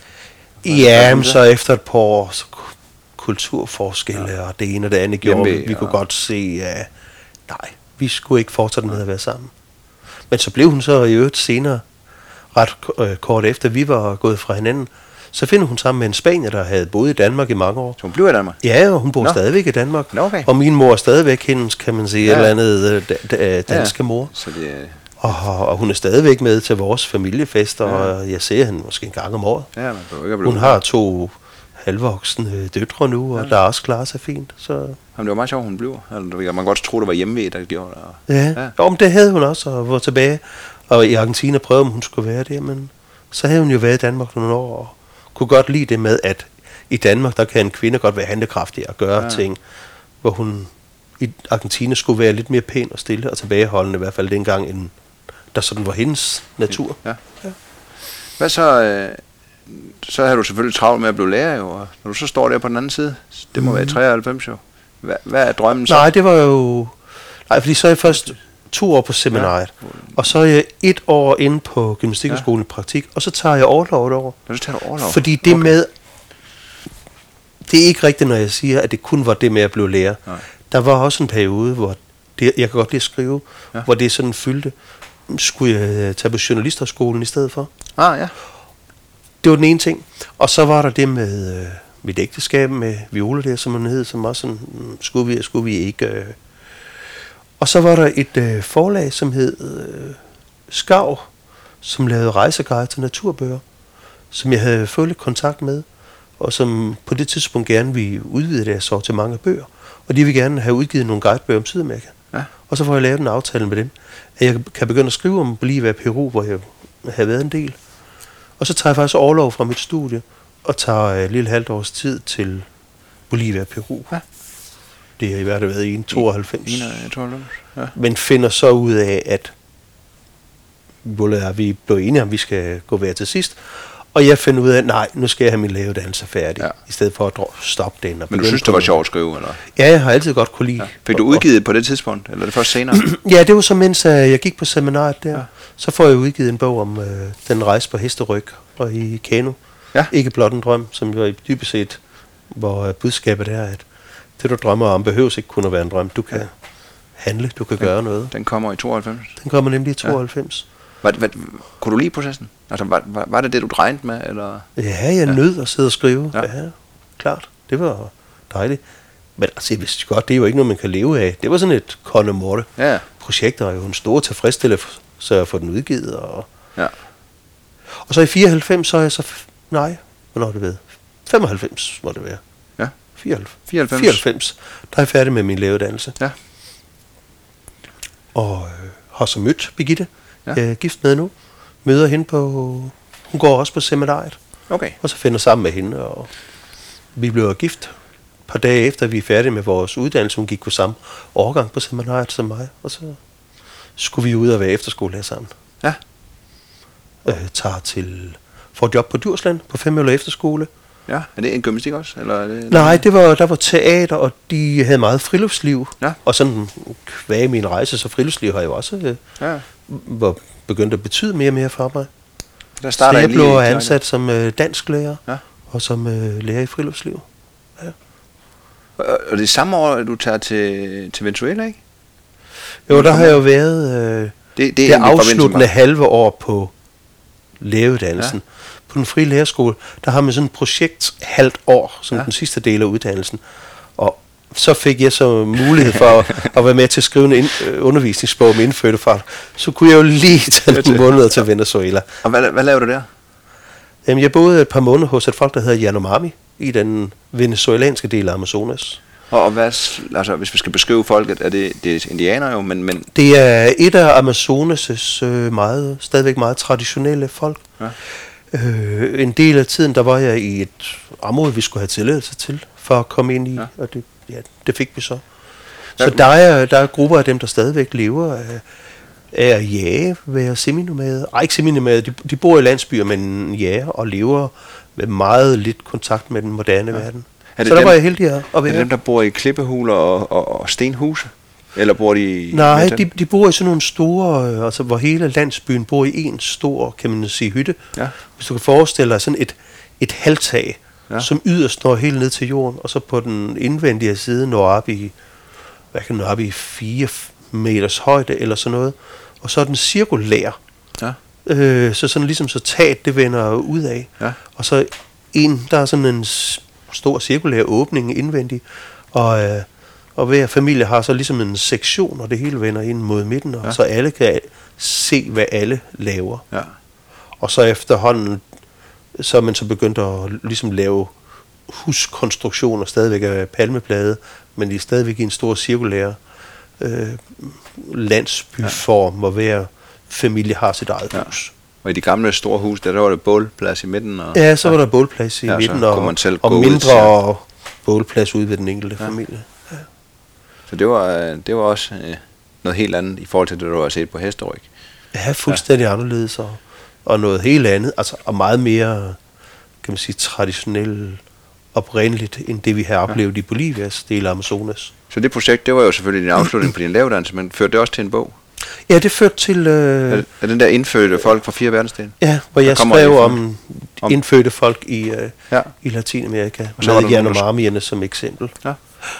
ja, men så efter et par år, så kulturforskelle ja. og det ene og det andet gjorde, vi, vi kunne godt se, at nej, vi skulle ikke fortsætte med at være sammen. Men så blev hun så i øvrigt senere, ret øh, kort efter vi var gået fra hinanden, så finder hun sammen med en spanier, der havde boet i Danmark i mange år. Så hun blev i Danmark? Ja, og hun bor no. stadigvæk i Danmark. No, okay. Og min mor er stadigvæk hendes, kan man sige, ja. et eller andet øh, da, da, danske ja. mor. Så det, og, og hun er stadigvæk med til vores familiefester, ja. og jeg ser hende måske en gang om året. Ja, man ikke hun har to halvvoksne døtre nu, og ja. der er også klarer sig fint. Så. Jamen, det var meget sjovt, hun blev. Altså, man kan godt tro, det var hjemme der gjorde det. Og ja, ja. Jo, men det havde hun også, og var tilbage. Og i Argentina prøvede, om hun skulle være der, men så havde hun jo været i Danmark nogle år, og kunne godt lide det med, at i Danmark, der kan en kvinde godt være handlekraftig og gøre ja. ting, hvor hun i Argentina skulle være lidt mere pæn og stille og tilbageholdende, i hvert fald dengang, end der sådan var hendes natur. Ja. Ja. Hvad så, øh, så har du selvfølgelig travlt med at blive lærer, jo, og når du så står der på den anden side, det må mm. være treoghalvfems jo. Hvad, hvad er drømmen så? Nej, det var jo... Nej, fordi så er jeg først to år på seminariet, ja. og så er jeg et år inde på gymnastikskolen i ja. praktik, og så tager jeg overlov et år. Ja, så tager du overlov? Fordi det okay. med... Det er ikke rigtigt, når jeg siger, at det kun var det med at blive lærer. Nej. Der var også en periode, hvor det, jeg kan godt lide at skrive, ja. hvor det sådan fyldte. Skulle jeg tage på journalisterskolen i stedet for? Ah, ja. Det var den ene ting. Og så var der det med øh, mit ægteskab med Viola der, som man hed, som var sådan, skulle vi, skulle vi ikke... Øh. Og så var der et øh, forlag, som hed øh, Skav, som lavede rejseguide til naturbøger, som jeg havde fået lidt kontakt med, og som på det tidspunkt gerne ville udvide deres sortiment af bøger. Og de ville gerne have udgivet nogle guidebøger om Sydamerika. Ja. Og så får jeg lavet en aftale med dem, at jeg kan begynde at skrive om Bolivia og Peru, hvor jeg havde været en del. Og så tager jeg faktisk overlov fra mit studie, og tager et lille halvt års tid til Bolivia og Peru. Ja. Det har i hvert fald været i tooghalvfems. Ja. Men finder så ud af, at vi blev enige om, at vi skal gå hver til sidst. Og jeg finder ud af, at nej, nu skal jeg have min lægeuddannelse færdig, ja. i stedet for at stoppe den. Men du synes, det var sjovt at skrive, eller? Ja, jeg har altid godt kunne lide. Ja. Fik du udgivet på det tidspunkt, eller det først senere? Ja, det var så, mens jeg gik på seminariet der. Ja. Så får jeg udgivet en bog om øh, den rejse på hesteryg og i kano. Ja. Ikke blot en drøm, som jo dybest set, hvor øh, budskabet er, at det du drømmer om, behøves ikke kun at være en drøm. Du kan ja. handle, du kan den, gøre noget. Den kommer i tooghalvfems? Den kommer nemlig i tooghalvfems. Ja. Var, var, kunne du lide processen? Altså, var, var, var det det, du regnede med? Eller? Ja, jeg ja. nød at sidde og skrive. Ja. ja, klart. Det var dejligt. Men altså, jeg vidste godt, det er jo ikke noget, man kan leve af. Det var sådan et konde morte. Ja. Projekter er jo en stor tilfredsstillelse at få den udgivet. Og, ja. og så i fireoghalvfems, så er jeg så... Nej, hvornår er det ved? femoghalvfems må det være. Ja. fireoghalvfems. fireoghalvfems. fireoghalvfems. Der er jeg færdig med min lægeuddannelse. Ja. Og øh, har så mødt Birgitte. Ja. Jeg er gift med nu. Møder hende på... Hun går også på seminariet. Okay. Og så finder sammen med hende, og vi bliver gift. Et par dage efter, vi er færdige med vores uddannelse, hun gik på samme årgang på seminariet som mig, og så skulle vi ud og være efterskolelærer sammen. Ja. Øh, tager til... Får job på Djursland, på Femmøller Efterskole. Ja, er det en gymnastik også? Eller er det Nej, det var, der var teater, og de havde meget friluftsliv. Ja. Og sådan kvæg min rejse, så friluftsliv har jo også øh, ja. var begyndt at betyde mere og mere for mig. Der starter så jeg blev ansat som øh, dansklærer, ja. og som øh, lærer i friluftsliv. Ja. Og, og det er samme år, du tager til, til Venezuela, ikke? Jo, der har jeg jo været øh, det, det, det afsluttende halve år på lægeuddannelsen. Ja. På den frie lærerskole, der har man sådan et projekt halvt år, som ja. den sidste del af uddannelsen. Og så fik jeg så mulighed for at, at være med til at skrive en ind, øh, undervisningsbog om indfødte folk. Så kunne jeg jo lige tage nogle måneder til Venezuela. Og hvad, hvad lavede du der? Jamen, jeg boede et par måneder hos et folk, der hedder Yanomami, i den venezuelanske del af Amazonas. Og, og hvad, altså, hvis vi skal beskrive folket, er det, det er indianer jo, men, men... Det er et af Amazonas' øh, meget, stadigvæk meget traditionelle folk. Ja. Øh, en del af tiden, der var jeg i et område, vi skulle have tilladelse til, for at komme ind i, ja. og det, ja, det fik vi så. Så ja. der, er, der er grupper af dem, der stadigvæk lever af, af at jage, være seminomade. Ej, ikke seminomade, de, de bor i landsbyer, men jager og lever med meget lidt kontakt med den moderne ja. verden. Så der dem, var jeg heldig at, at være. Er det dem, der bor i klippehuler og, og, og stenhuse? Eller bor de i... Nej, de, de bor i sådan nogle store, altså hvor hele landsbyen bor i en stor, kan man sige, hytte. Ja. Hvis du kan forestille dig sådan et, et halvtag, ja. som yderst når helt ned til jorden, og så på den indvendige side når op i, hvad kan nå op i fire meters højde eller sådan noget. Og så er den cirkulær. Ja. Øh, så sådan ligesom så taget, det vender ud af. Ja. Og så en, der er sådan en stor cirkulær åbning indvendig, og... Øh, Og hver familie har så ligesom en sektion, og det hele vender ind mod midten, og ja. så alle kan se, hvad alle laver. Ja. Og så efterhånden, så er man så begyndt at ligesom lave huskonstruktioner, stadigvæk af palmeplade, men de er stadigvæk i en stor cirkulær øh, landsbyform, ja. hvor hver familie har sit eget ja. hus. Og i de gamle store hus, der, der var der bålplads i midten? Og, ja, så var der bålplads i ja, midten, og, og mindre ud, bålplads ude ved den enkelte ja. familie. Så det var, det var også øh, noget helt andet i forhold til det, du har set på Hesteryg. Ja, fuldstændig ja. anderledes, og, og noget helt andet, altså, og meget mere, kan man sige, traditionelt oprindeligt, end det vi har oplevet ja. i Bolivias del af Amazonas. Så det projekt, det var jo selvfølgelig din afslutning på din læreruddannelse, men førte det også til en bog? Ja, det førte til... Øh, er, er den der indfødte folk fra fire verdensdele? Ja, hvor jeg skrev om, om indfødte folk i, øh, ja. i Latinamerika, og så med Yanomamierne som eksempel. Ja.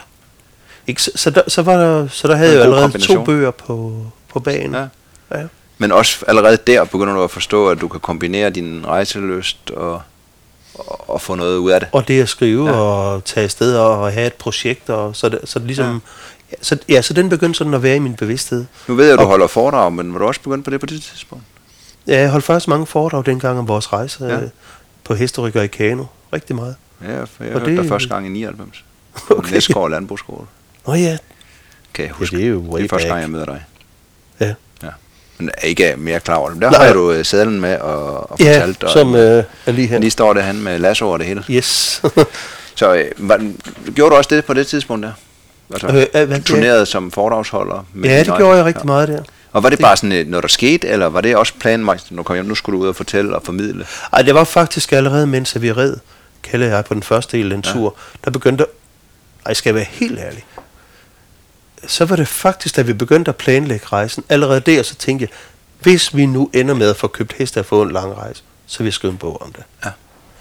Ikke, så, så, der, så, var der, så der havde jeg jo allerede to bøger på, på banen. Ja. Ja. Men også allerede der begynder du at forstå, at du kan kombinere din rejselyst og, og, og få noget ud af det. Og det at skrive ja. og tage afsted og have et projekt. Og så, det, så det ligesom... Ja. Så, ja, så den begyndte sådan at være i min bevidsthed. Nu ved jeg, at du og, holder foredrag, men var du også begyndt på det på det tidspunkt? Ja, jeg holdt faktisk mange foredrag dengang om vores rejse ja. på Hesteryg og i kano. Rigtig meget. Ja, for jeg og hørte det, dig første gang i nioghalvfems. Okay. Næstgård Landbrugsskole. Nå ja. Kan jeg huske. Ja, det er jo det er første gang, jeg møder dig. Ja. Ja. Men er ikke mere klar over det. Der Nej. har du uh, sadlen med og, og fortalt. Ja, som uh, er lige her. Lige står det han med lasso over det hele. Yes. Så uh, var, gjorde du også det på det tidspunkt der? Altså, øh, øh, turnerede som foredragsholder? Ja, det gjorde jeg rigtig ja. meget der. Og var det, det bare sådan noget, der skete, eller var det også planlagt, når du kom hjem, nu skulle du ud og fortælle og formidle? Ej, det var faktisk allerede, mens vi red, kalder jeg på den første del af den ja. tur, der begyndte, ej, skal jeg være helt ærlig, så var det faktisk, da vi begyndte at planlægge rejsen, allerede der, så tænkte jeg, hvis vi nu ender med at få købt heste og få en lang rejse, så vil jeg skrive en bog om det. Ja.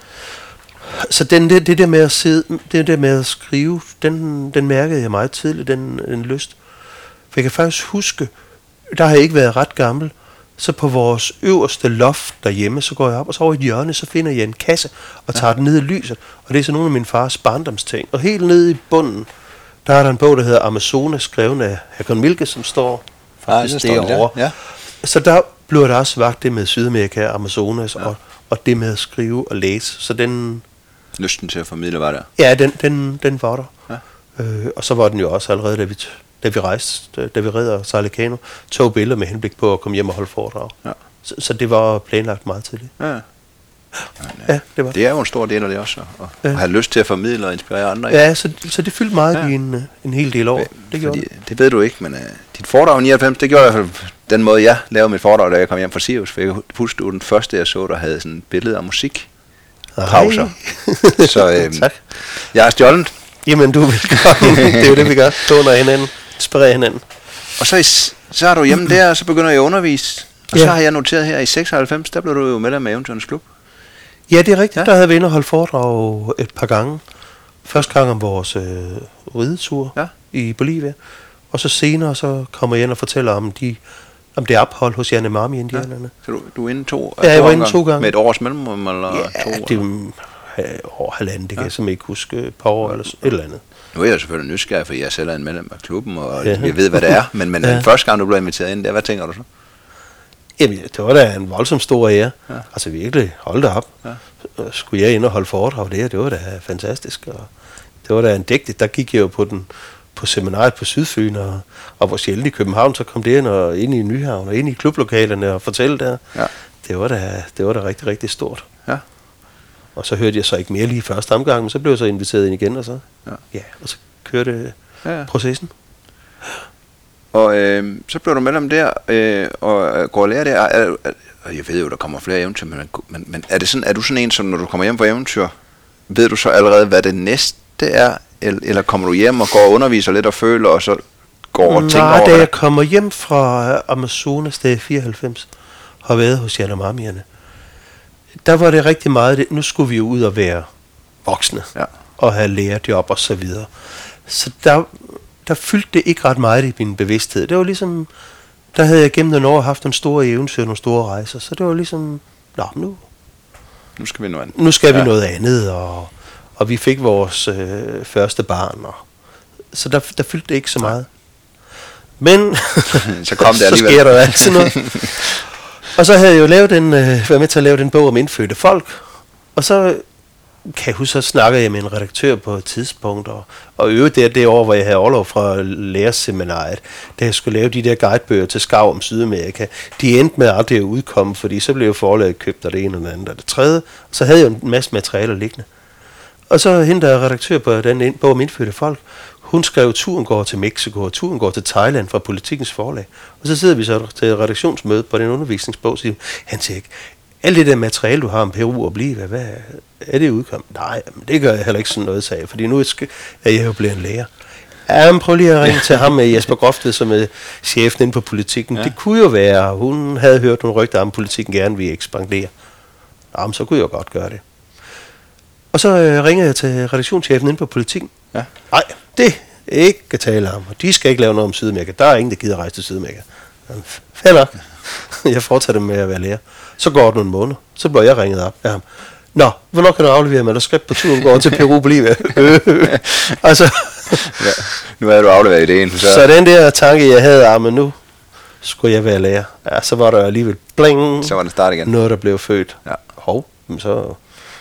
Så den, det, det der med at sidde, det der med at skrive, den, den mærkede jeg meget tidligt, den, den lyst. For jeg kan faktisk huske, der har jeg ikke været ret gammel, så på vores øverste loft derhjemme, så går jeg op, og så over i hjørnet, så finder jeg en kasse, og tager ja. den ned i lyset. Og det er så nogle af min fars barndomsting. Og helt nede i bunden, der er der en bog, der hedder Amazonas, skrevet af Hakon Milke, som står faktisk ja, derovre. Ja. Så der blev der også vagt det med Sydamerika, Amazonas, ja. og, og det med at skrive og læse. Så den... Lysten til at formidle var der? Ja, den, den, den var der. Ja. Øh, og så var den jo også allerede, da vi, da vi rejste, da vi red og sejlede kano, tog billeder med henblik på at komme hjem og holde foredrag. Ja. Så, så det var planlagt meget tidligt. Ja. Men, ja, det, var det. det er jo en stor del af det også, at, ja. at have lyst til at formidle og inspirere andre. Ja, så, så det fyldte meget ja. i en, en hel del år. Det, gjorde det. det ved du ikke, men uh, dit foredrag i nioghalvfems, det gjorde i hvert fald den måde, jeg lavede mit foredrag, da jeg kom hjem fra Sirius. For jeg husker, du den første, jeg så, der havde sådan et billede af musik. Pauser. Så øhm, tak. Jeg er stjålet. Jamen, du vil gøre. Det er jo det, vi gør. Tåner hinanden. Inspirerer hinanden. Og så, is, så er du hjemme der, og så begynder jeg at undervise. Og ja. så har jeg noteret her i seksoghalvfems, der blev du jo medlem af Eventyrernes Klub. Ja, det er rigtigt. Ja. Der havde vi inde og holdt foredrag et par gange. Første gang om vores øh, ridetur ja. i Bolivia. Og så senere, så kommer jeg ind og fortæller om de... om det ophold hos Yanomami-indianerne. Ja. Så du, du er inde to, ja, jeg var inde to gange. Med et års mellemrum, eller ja, to? Ja, det er over halvanden, det ja. kan jeg simpelthen ikke huske, et par år eller et eller andet. Nu er jeg selvfølgelig nysgerrig, for jeg selv er en medlem af klubben, og ja. jeg ved, hvad det er, men, men ja. den første gang, du blev inviteret ind der, hvad tænker du så? Jamen, det var da en voldsom stor ære. Ja. Altså virkelig, hold da op. Ja. Skulle jeg ind og holde foredrag der, det var da fantastisk, og det var da en dægtigt, der gik jeg jo på den på seminariet på Sydfyn, og, og hvor sjældent i København, så kom det ind, og ind i Nyhavn, og ind i klublokalerne og fortælle der. Ja. det var da, det var da rigtig, rigtig stort. Ja. Og så hørte jeg så ikke mere lige første omgang, men så blev jeg så inviteret ind igen, og så, ja. Ja, og så kørte ja, ja. processen. Og øh, så blev du medlem der, øh, og går og lærer der. Er, er, jeg ved jo, der kommer flere eventyr, men, men, men er, det sådan, er du sådan en, som når du kommer hjem på eventyr, ved du så allerede, hvad det næste er? Eller, eller kommer du hjem og går og underviser lidt og føler, og så går og tænker Nej, over da det? jeg kommer hjem fra Amazonas, da jeg fireoghalvfems, har været hos Yanomamierne, der var det rigtig meget, det, nu skulle vi jo ud og være voksne, ja. Og have lærerjob og så videre. Så der, der fyldte det ikke ret meget i min bevidsthed. Det var ligesom, der havde jeg gennem nogle år haft en stor eventyr, nogle store rejser, så det var ligesom, nå, nu, nu skal vi noget andet. Nu skal ja. vi noget andet, og, og vi fik vores øh, første barn, og, så der, der fyldte det ikke så meget. Men så, kom det så sker der altid noget. Og så havde jeg jo lavet den, øh, været med til at lave den bog om indfødte folk, og så kan jeg huske, så snakkede jeg med en redaktør på et tidspunkt, og, og øvrigt det, det år, hvor jeg havde overlov fra lærerseminariet, da jeg skulle lave de der guidebøger til Skav om Sydamerika, de endte med aldrig at udkomme, fordi så blev forlaget købt af det ene og det andet og det tredje, og så havde jeg jo en masse materialer liggende. Og så hende, der er redaktør på den bog om indfødte folk, hun skrev, turen går til Mexico, og turen går til Thailand fra Politikens Forlag. Og så sidder vi så til redaktionsmøde på den undervisningsbog, og siger, han siger ikke, alt det der materiale, du har om Peru og Bolivia, hvad er det udkommet? Nej, men det gør jeg heller ikke sådan noget, sagde jeg, fordi nu er jeg jo blevet en lærer. Ja, men prøv lige at ringe til ham med Jesper Grofted, som er chefen inde på Politikken. Ja. Det kunne jo være, hun havde hørt nogle rygter om, Politikken gerne vil ekspandere. Nå, men så kunne jeg jo godt gøre det. Og så øh, ringer jeg til redaktionschefen inde på Politikken. Ja. Nej, det er ikke at tale om. De skal ikke lave noget om Sydamerika. Der er ingen, der gider rejse til Sydamerika. Fair nok. Jeg fortsætter med at være lærer. Så går det nogle måneder. Så bliver jeg ringet op af ham. Nå, hvornår kan du aflevere manuskript på turen går til Peru Bolivia? altså, ja, nu er du afleveret ideen. Så. så den der tanke, jeg havde, ah, men nu skulle jeg være lærer. Ja, så var der alligevel bling. Så var det start igen. Noget, der blev født. Ja. Hov, så...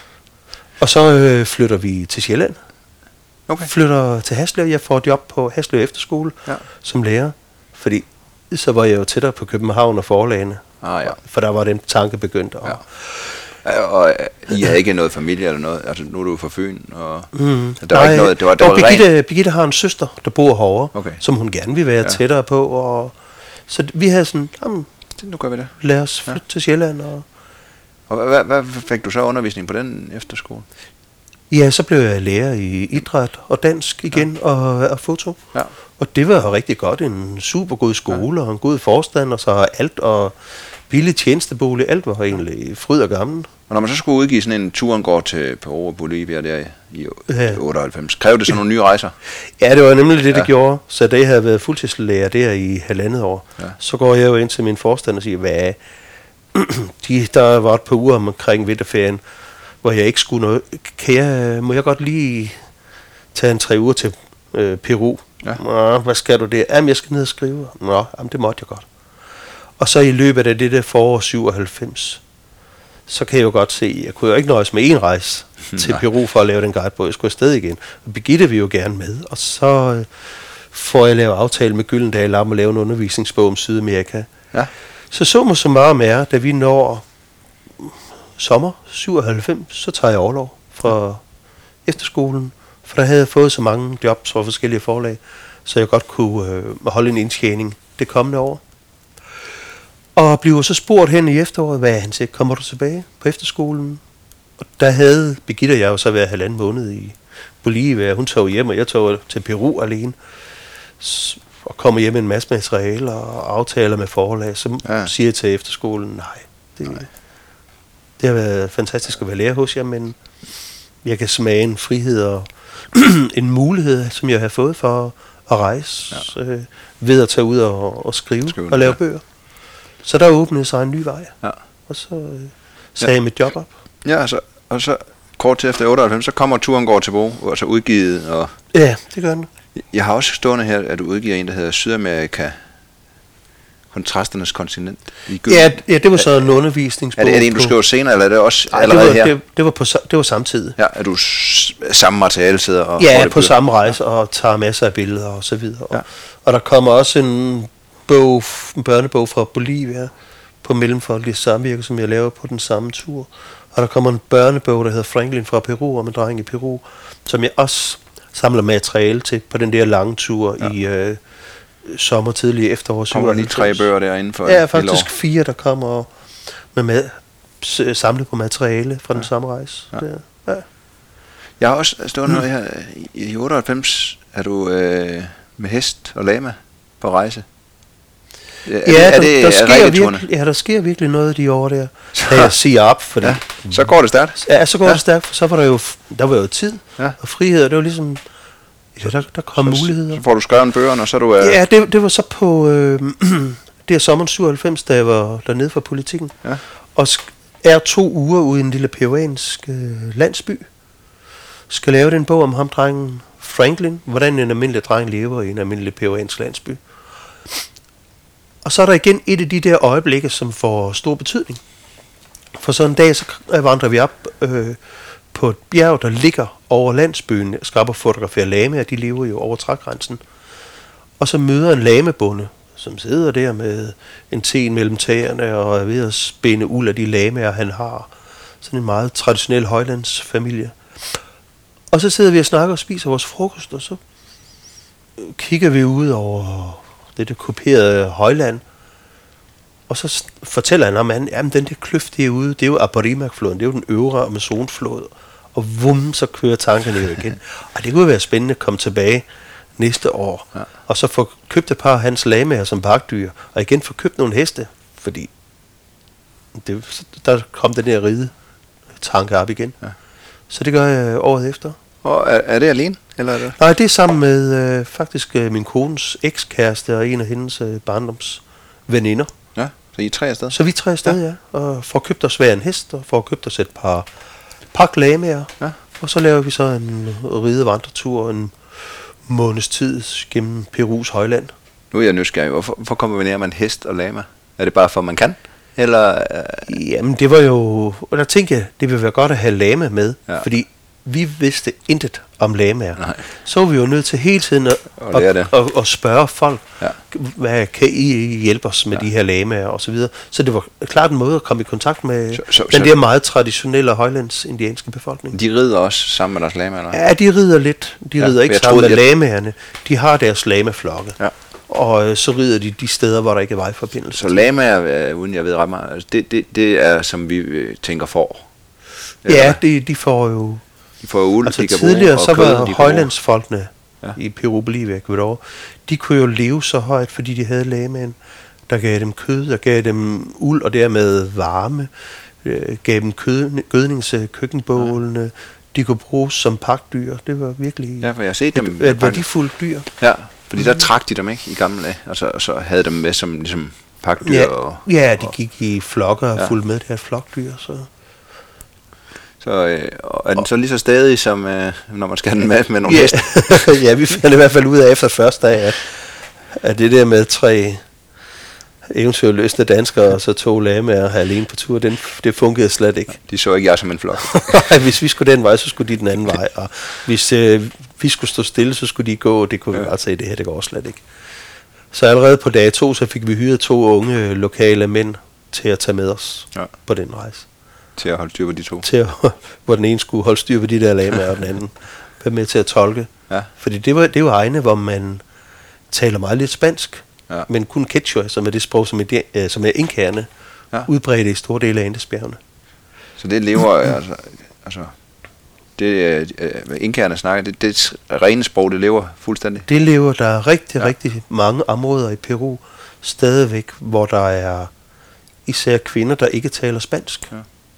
Og så øh, flytter vi til Sjælland. Okay. Flytter til Haslev. Jeg får job på Haslev Efterskole ja. som lærer. Fordi så var jeg jo tættere på København og forlagene. Ah, ja. For der var den tanke begyndt. Og, ja. og I har ikke noget familie eller noget? Altså nu er du fra Fyn. Og mm. der var Nej, ikke noget, det var, det og var Birgitte, rent. Birgitte har en søster, der bor herovre, okay. som hun gerne vil være ja. tættere på. Og, så vi havde sådan, jamen, nu gør vi det. Lad os flytte ja. til Sjælland. Og, og hvad, hvad fik du så undervisning på den efterskole? Ja, så blev jeg lærer i idræt og dansk igen ja. og, og foto. Ja. Og det var rigtig godt. En super god skole ja. og en god forstand, og så alt og billig tjenestebolig. Alt var egentlig fryd og gammel. Og når man så skulle udgive sådan en turen går til Peru og Bolivia der i ja. otteoghalvfems, krævede det så nogle nye rejser? Ja, det var nemlig det, det ja. gjorde. Så da jeg havde været fuldtidslærer der i halvandet år, ja. så går jeg jo ind til min forstand og siger, hvad de, der var et par uger omkring vinterferien, hvor jeg ikke skulle noget. Kan jeg, må jeg godt lige tage en tre uger til øh, Peru? Ja. Nå, hvad skal du der? Jamen, jeg skal ned og skrive. Nå, jamen, det måtte jeg godt. Og så i løbet af det der forår syvoghalvfems, så kan jeg jo godt se, jeg kunne jo ikke nøjes med en rejse til Peru for at lave den guidebog. Jeg skulle afsted igen. Og Birgitte vil jo gerne med. Og så øh, får jeg lavet aftale med Gyldendal om at lave en undervisningsbog om Sydamerika. Ja. Så så mig så meget med, da vi når sommer syvoghalvfems, så tager jeg overlov fra efterskolen, for der havde jeg fået så mange jobs fra forskellige forlag, så jeg godt kunne øh, holde en indtjening det kommende år. Og bliver så spurgt hen i efteråret, hvad han siger, kommer du tilbage på efterskolen? Og der havde Birgitte og jeg jo så været halvanden måned i Bolivia. Hun tog hjem, og jeg tog til Peru alene. Og kommer hjem med en masse materiale og aftaler med forlag. Så ja. siger jeg til efterskolen, nej, det, nej. det har været fantastisk at være lærer hos jer, men jeg kan smage en frihed og en mulighed, som jeg har fået for at rejse ja. øh, ved at tage ud og, og skrive, skrive og lave ja. bøger. Så der åbnede sig en ny vej, ja. og så øh, sagde ja. jeg mit job op. Ja, altså, og så kort til efter otteoghalvfems, så kommer turen går til Bo, og så udgivet. Og ja, det gør den. Jeg har også stående her, at du udgiver en, der hedder Sydamerika, kontrasternes kontinent. I ja, ja, det var så en undervisningsbog. Er det, er det en, du skriver senere, eller er det også Ej, allerede det var, her? Det, det, var på, det var samtidig. Ja, er du s- samme materiale sidder og... Ja, på samme rejse, ja. og tager masser af billeder og så videre. Ja. Og, og der kommer også en bog, en børnebog fra Bolivia, på Mellemfolkeligt Samvirke, som jeg laver på den samme tur. Og der kommer en børnebog, der hedder Franklin fra Peru, om en dreng i Peru, som jeg også samler materiale til på den der lange tur ja. i øh, sommer, tidlig efterår. Kommer der lige tre bøger derinde for ja, faktisk fire, der kommer med, med samlet på materiale fra ja. den samme rejse. Ja. Der, ja. Jeg har også stået noget her. I otteoghalvfems er du øh, med hest og lama på rejse. Er ja, det, er der, det, der, er sker virkelig, ja, der sker virkelig noget de år der. Da jeg siger op, fordi ja, så går det stærkt. Ja, så går ja. det stærkt, for så var der jo, der var jo tid ja. og frihed, og det var ligesom, ja, der, der kom så, muligheder. Så får du skrevet bøgerne, og så er du... Øh... Ja, det, det var så på, øh, det er sommeren syvoghalvfems, da jeg var dernede for politikken, ja. og sk- er to uger ude i en lille peruansk øh, landsby, skal lave den bog om ham, drengen Franklin, hvordan en almindelig dreng lever i en almindelig peruansk landsby. Og så er der igen et af de der øjeblikke, som får stor betydning. For så en dag, så vandrer vi op øh, på et bjerg, der ligger over landsbyen. Jeg skal op og fotografere lamaer, de lever jo over trægrænsen. Og så møder en lamebonde, som sidder der med en ten mellem tæerne og er ved at spænde uld af de lamaer, han har. Sådan en meget traditionel højlandsfamilie. Og så sidder vi og snakker og spiser vores frokost, og så kigger vi ud over det der kuperede højland, og så fortæller han om, at jamen, den der kløft derude, det er jo Apurimac-floden, det er jo den øvre Amazonflod, og vum, så kører tankerne jo igen. Og det kunne være spændende at komme tilbage næste år, ja. og så få købt et par af hans lamaer som parkdyr, og igen få købt nogle heste, fordi det, der kom den der ride tanke op igen. Ja. Så det gør jeg året efter. Og er, er det alene? Eller er det? Nej, det er sammen med øh, faktisk øh, min kones ekskæreste og en af hendes øh, barndoms veninder. Ja, så I er tre afsted? Så vi er tre afsted, ja. ja. Og får købt os hver en hest, og får købt os et par pak lamaer. Ja. Og så laver vi så en ridevandretur en måneds tid gennem Perus højland. Nu er jeg nysgerrig. Hvorfor, hvorfor kombinerer man hest og lama? Er det bare for, man kan? Eller? Øh... Jamen, det var jo... Og der tænkte jeg, det ville være godt at have lama med, ja. fordi vi vidste intet om lamaer. Nej. Så var vi jo nødt til hele tiden at, og at, at, at spørge folk, ja. hvad kan I hjælpe os med ja. de her lamaer og så videre. Så det var klart en måde at komme i kontakt med så, så, den der meget traditionelle højlandsindianske befolkning. De rider også sammen med deres lamaer? Eller? Ja, de rider lidt. De rider ja, ikke sammen troede, med jeg... lamaerne. De har deres lamaflokke. Ja. Og øh, så rider de de steder, hvor der ikke er vejforbindelse. Så lamaer, øh, uden jeg ved ret meget, altså det, det, det er som vi øh, tænker får? Ja, de, de får jo... De får uld, altså de kan tidligere bruge, så var højlandsfolkene ja. i Peru, Bolivia, Ecuador, de kunne jo leve så højt, fordi de havde lamaen, der gav dem kød, der gav dem uld og dermed varme, øh, gav dem kød, gødningskøkkenbålene, ja. de kunne bruges som pakdyr. Det var virkelig ja, for jeg har set dem, et, et værdifuldt dyr. Ja, fordi der trak de dem ikke i gamle dage, og så, og så havde dem med som ligesom pakdyr. Ja, og, ja de gik i flokker og ja. fulgte med det her flokdyr, så... Så øh, er den så lige så stadig, som øh, når man skal have den med med nogle yeah. heste? Ja, vi fandt i hvert fald ud af efter første dag, at, at det der med tre eventyrløsne danskere og så to lamaer alene på tur, den, det fungerede slet ikke. De så ikke jeg som en flok. Hvis vi skulle den vej, så skulle de den anden vej, og hvis øh, vi skulle stå stille, så skulle de gå, og det kunne ja. vi bare sige, det her, det går slet ikke. Så allerede på dag to, så fik vi hyret to unge lokale mænd til at tage med os ja. på den rejse. Til at holde styr på de to. Til at, hvor den ene skulle holde styr på de der lamaer, og den anden være med til at tolke. Ja. Fordi det var, det var egne, hvor man taler meget lidt spansk, ja. men kun quechua, som er det sprog, som er, uh, som er inkerne, ja. udbredte i store dele af Andesbjergene. Så det lever, altså, altså det uh, inkerne snakker, det, det rene sprog, det lever fuldstændig? Det lever der rigtig, ja. rigtig mange områder i Peru stadigvæk, hvor der er især kvinder, der ikke taler spansk. Ja.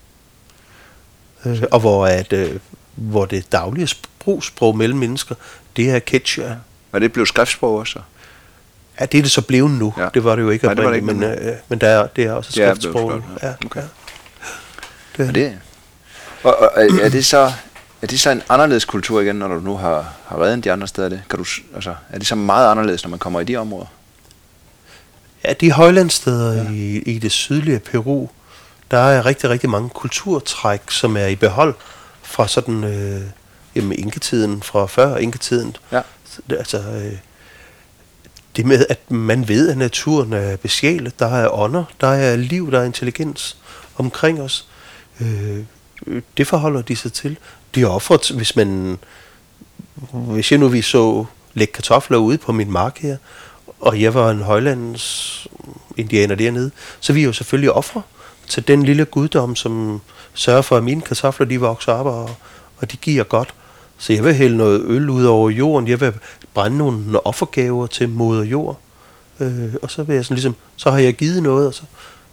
Øh, og hvor, at, øh, hvor det daglige sprog mellem mennesker, det er quechua. Ja. Og det blev skriftsprog også? Ja, det er det så blevet nu. Ja. Det var det jo ikke, Nej, det var det ikke men, øh, men der er, det er også skriftsprog. Ja, ja. Okay. Ja. Det er det. Og, og er, er det så er det så en anderledes kultur igen, når du nu har, har reddet end de andre steder? Det? Kan du, altså, er det så meget anderledes, når man kommer i de områder? Ja, de højlandssteder ja. i, i det sydlige Peru, der er rigtig, rigtig mange kulturtræk, som er i behold fra sådan, øh, jamen, inketiden, fra før inketiden. Ja. Altså, øh, det med, at man ved, at naturen er besjælet. Der er ånder, der er liv, der er intelligens omkring os. Øh, det forholder de sig til. De er offret, hvis man... Hvis jeg nu vi så lægge kartofler ude på min mark her, og jeg var en højlandens indianer dernede, så vi er jo selvfølgelig ofre til den lille guddom, som sørger for, at mine kartofler, de vokser op, og, og de giver godt. Så jeg vil hælde noget øl ud over jorden, jeg vil brænde nogle offergaver til moder jord, øh, og så vil jeg sådan ligesom, så har jeg givet noget, og så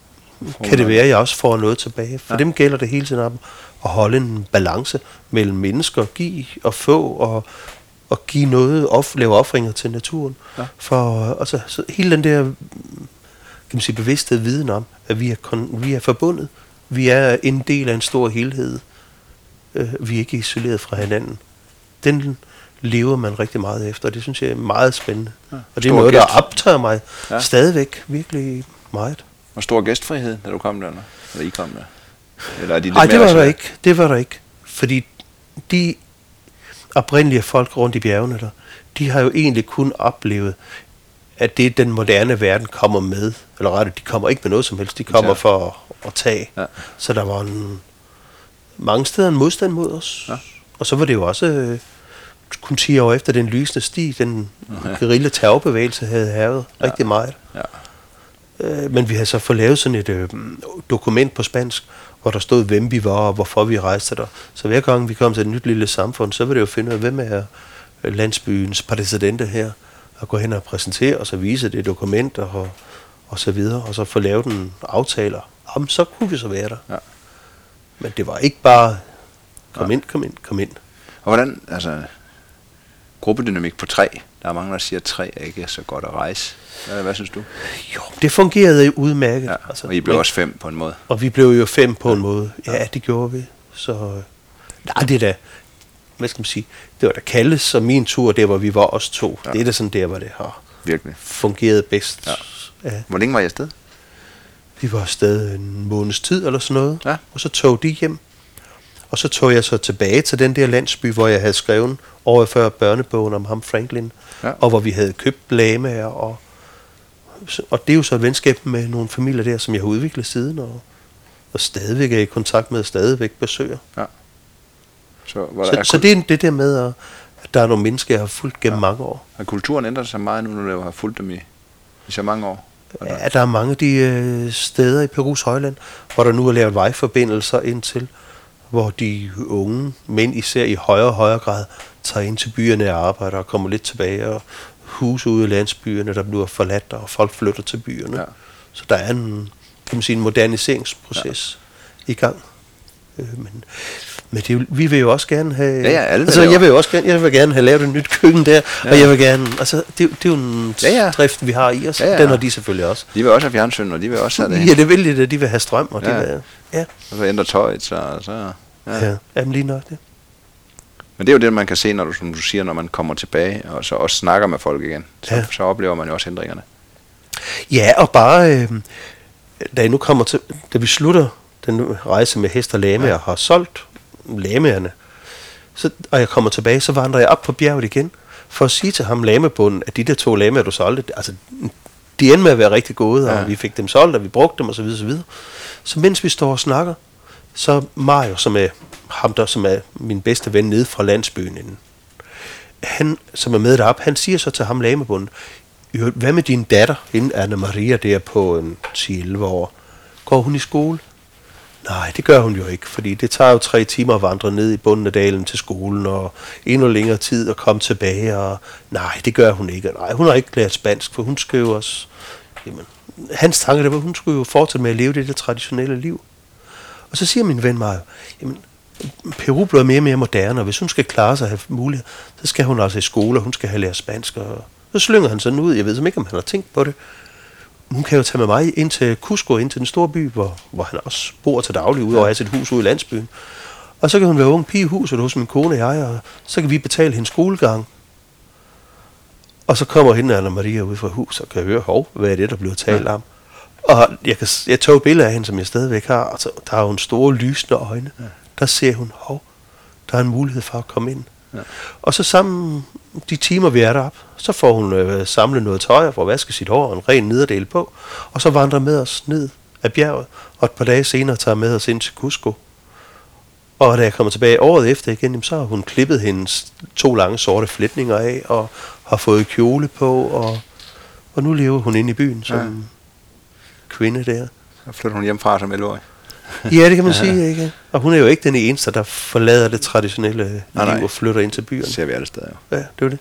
kan det være, at jeg også får noget tilbage. For ja. Dem gælder det hele tiden om at holde en balance mellem mennesker, give og få, og, og give noget, off, lave offringer til naturen. Ja. For altså, så hele den der, kan man sige, bevidsthed viden om, at vi er, kon, vi er forbundet. Vi er en del af en stor helhed. Øh, vi er ikke isoleret fra hinanden. Den lever man rigtig meget efter, og det synes jeg er meget spændende. Ja. Og det er noget, der optager mig ja. stadigvæk virkelig meget. Og stor gæstfrihed, da du kom der, eller I kom der? Eller er de Nej, det var der ikke. Det var der ikke. Fordi de oprindelige folk rundt i bjergene der, de har jo egentlig kun oplevet, at det den moderne verden kommer med. Eller rettere, de kommer ikke med noget som helst. De kommer ja. for at, at tage. Ja. Så der var en, mange steder en modstand mod os. Ja. Og så var det jo også øh, kun ti år efter den lysende sti, den ja. guerilla terrorbevægelse havde havet ja. rigtig meget. Ja. Øh, men vi havde så fået lavet sådan et øh, dokument på spansk, hvor der stod, hvem vi var og hvorfor vi rejste der. Så hver gang vi kom til et nyt lille samfund, så ville det jo finde ud af, hvem er landsbyens præsidente her, og gå hen og præsentere og så vise det dokument og, og så videre, og så få lavet en aftaler. Jamen, så kunne vi så være der. Ja. Men det var ikke bare, kom ja. ind, kom ind, kom ind. Og hvordan, altså, gruppedynamik på tre, der er mange, der siger, at tre er ikke så godt at rejse. Hvad, hvad synes du? Jo, det fungerede udmærket. Ja, altså, og I blev men, også fem på en måde. Og vi blev jo fem på ja. en måde. Ja, ja, det gjorde vi. Så, nej, det da, hvad skal man sige, det var da Kalles som min tur, der hvor vi var os to. Ja. Det er da sådan der, hvor det har virkelig fungeret bedst. Ja. Ja. Hvor længe var I afsted? Vi var afsted en måneds tid eller sådan noget, ja. Og så tog de hjem. Og så tog jeg så tilbage til den der landsby, hvor jeg havde skrevet året før børnebogen om ham Franklin, ja. Og hvor vi havde købt lamaer, og, og det er jo så et venskab med nogle familier der, som jeg har udviklet siden, og, og stadigvæk er i kontakt med, og stadigvæk besøger. Ja. Så, så, der så det er det der med, at der er nogle mennesker, jeg har fulgt gennem ja. mange år. Har kulturen ændret sig meget nu, når du har fulgt dem i, i så mange år? Eller? Ja, der er mange af de øh, steder i Perus højland, hvor der nu er lavet vejforbindelser ind til, hvor de unge mænd især i højere og højere grad tager ind til byerne og arbejder og kommer lidt tilbage, og huse ude i landsbyerne, der bliver forladt, og folk flytter til byerne. Ja. Så der er en, kan man sige, en moderniseringsproces ja. i gang. Øh, men men det, vi vil jo også gerne have... Ja, ja, alle altså, jeg vil jo også gerne, jeg vil gerne have lavet et nyt køkken der, ja. og jeg vil gerne... Altså, det, det er jo en ja, ja. drift, vi har i os. Ja, ja. Den har de selvfølgelig også. De vil også have fjernsyn, og de vil også have det. Ja, det vil de, de vil have strøm, og ja. de vil... Ja. Og så ændrer tøjet, så... så ja, ja. Jamen lige nok det. Men det er jo det, man kan se, når du, som du siger, når man kommer tilbage, og så også snakker med folk igen. Så, ja. så oplever man jo også ændringerne. Ja, og bare... Øh, da jeg nu kommer til... Da vi slutter den rejse med hest og lamaer, ja. har solgt lamaerne, så, og jeg kommer tilbage, så vandrer jeg op på bjerget igen, for at sige til ham lamabunden, at de der to lamaer, du solgte, altså, de endte med at være rigtig gode, ja. og vi fik dem solgt, og vi brugte dem, og så videre, så videre. Så mens vi står og snakker, så Mario, som er ham der, som er min bedste ven nede fra landsbyen inden, han, som er med deroppe, han siger så til ham lamabunden, hvad med din datter, hende Anna Maria der på en ti elleve år, går hun i skole? Nej, det gør hun jo ikke, fordi det tager jo tre timer at vandre ned i bunden af dalen til skolen, og endnu længere tid at komme tilbage, og nej, det gør hun ikke. Nej, hun har ikke lært spansk, for hun skal jo også... Jamen, hans tanke, det var, hun skulle jo fortsætte med at leve det der traditionelle liv. Og så siger min ven Mario, jamen, Peru bliver mere og mere moderne, og hvis hun skal klare sig og have mulighed, så skal hun altså i skole, og hun skal have lært spansk, og så slynger han sådan ud. Jeg ved ikke, om han har tænkt på det. Hun kan jo tage med mig ind til Cusco, ind til den store by, hvor, hvor han også bor til daglig, ud over at have sit hus ude i landsbyen. Og så kan hun være ung pige i huset hos min kone og jeg, og så kan vi betale hendes skolegang. Og så kommer hende Anna Maria ud fra hus og kan høre, hov, hvad er det, der bliver talt ja. om? Og jeg, kan, jeg tog et billede af hende, som jeg stadigvæk har, og så, der er jo en store lysende øjne. Ja. Der ser hun, hov, der er en mulighed for at komme ind. Ja. Og så sammen de timer, vi er deroppe, så får hun øh, samlet noget tøj og får vasket sit hår og en ren nederdel på, og så vandrer med os ned af bjerget, og et par dage senere tager med os ind til Cusco. Og da jeg kommer tilbage året efter igen, så har hun klippet hendes to lange sorte flætninger af, og har fået kjole på, og, og nu lever hun inde i byen som ja. kvinde der. Så flytter hun hjemmefra som elleve-årig. Ja, det kan man sige, ikke? Og hun er jo ikke den eneste, der forlader det traditionelle nej, liv nej. og flytter ind til byen. Det ser vi alle steder jo. Ja, det er det.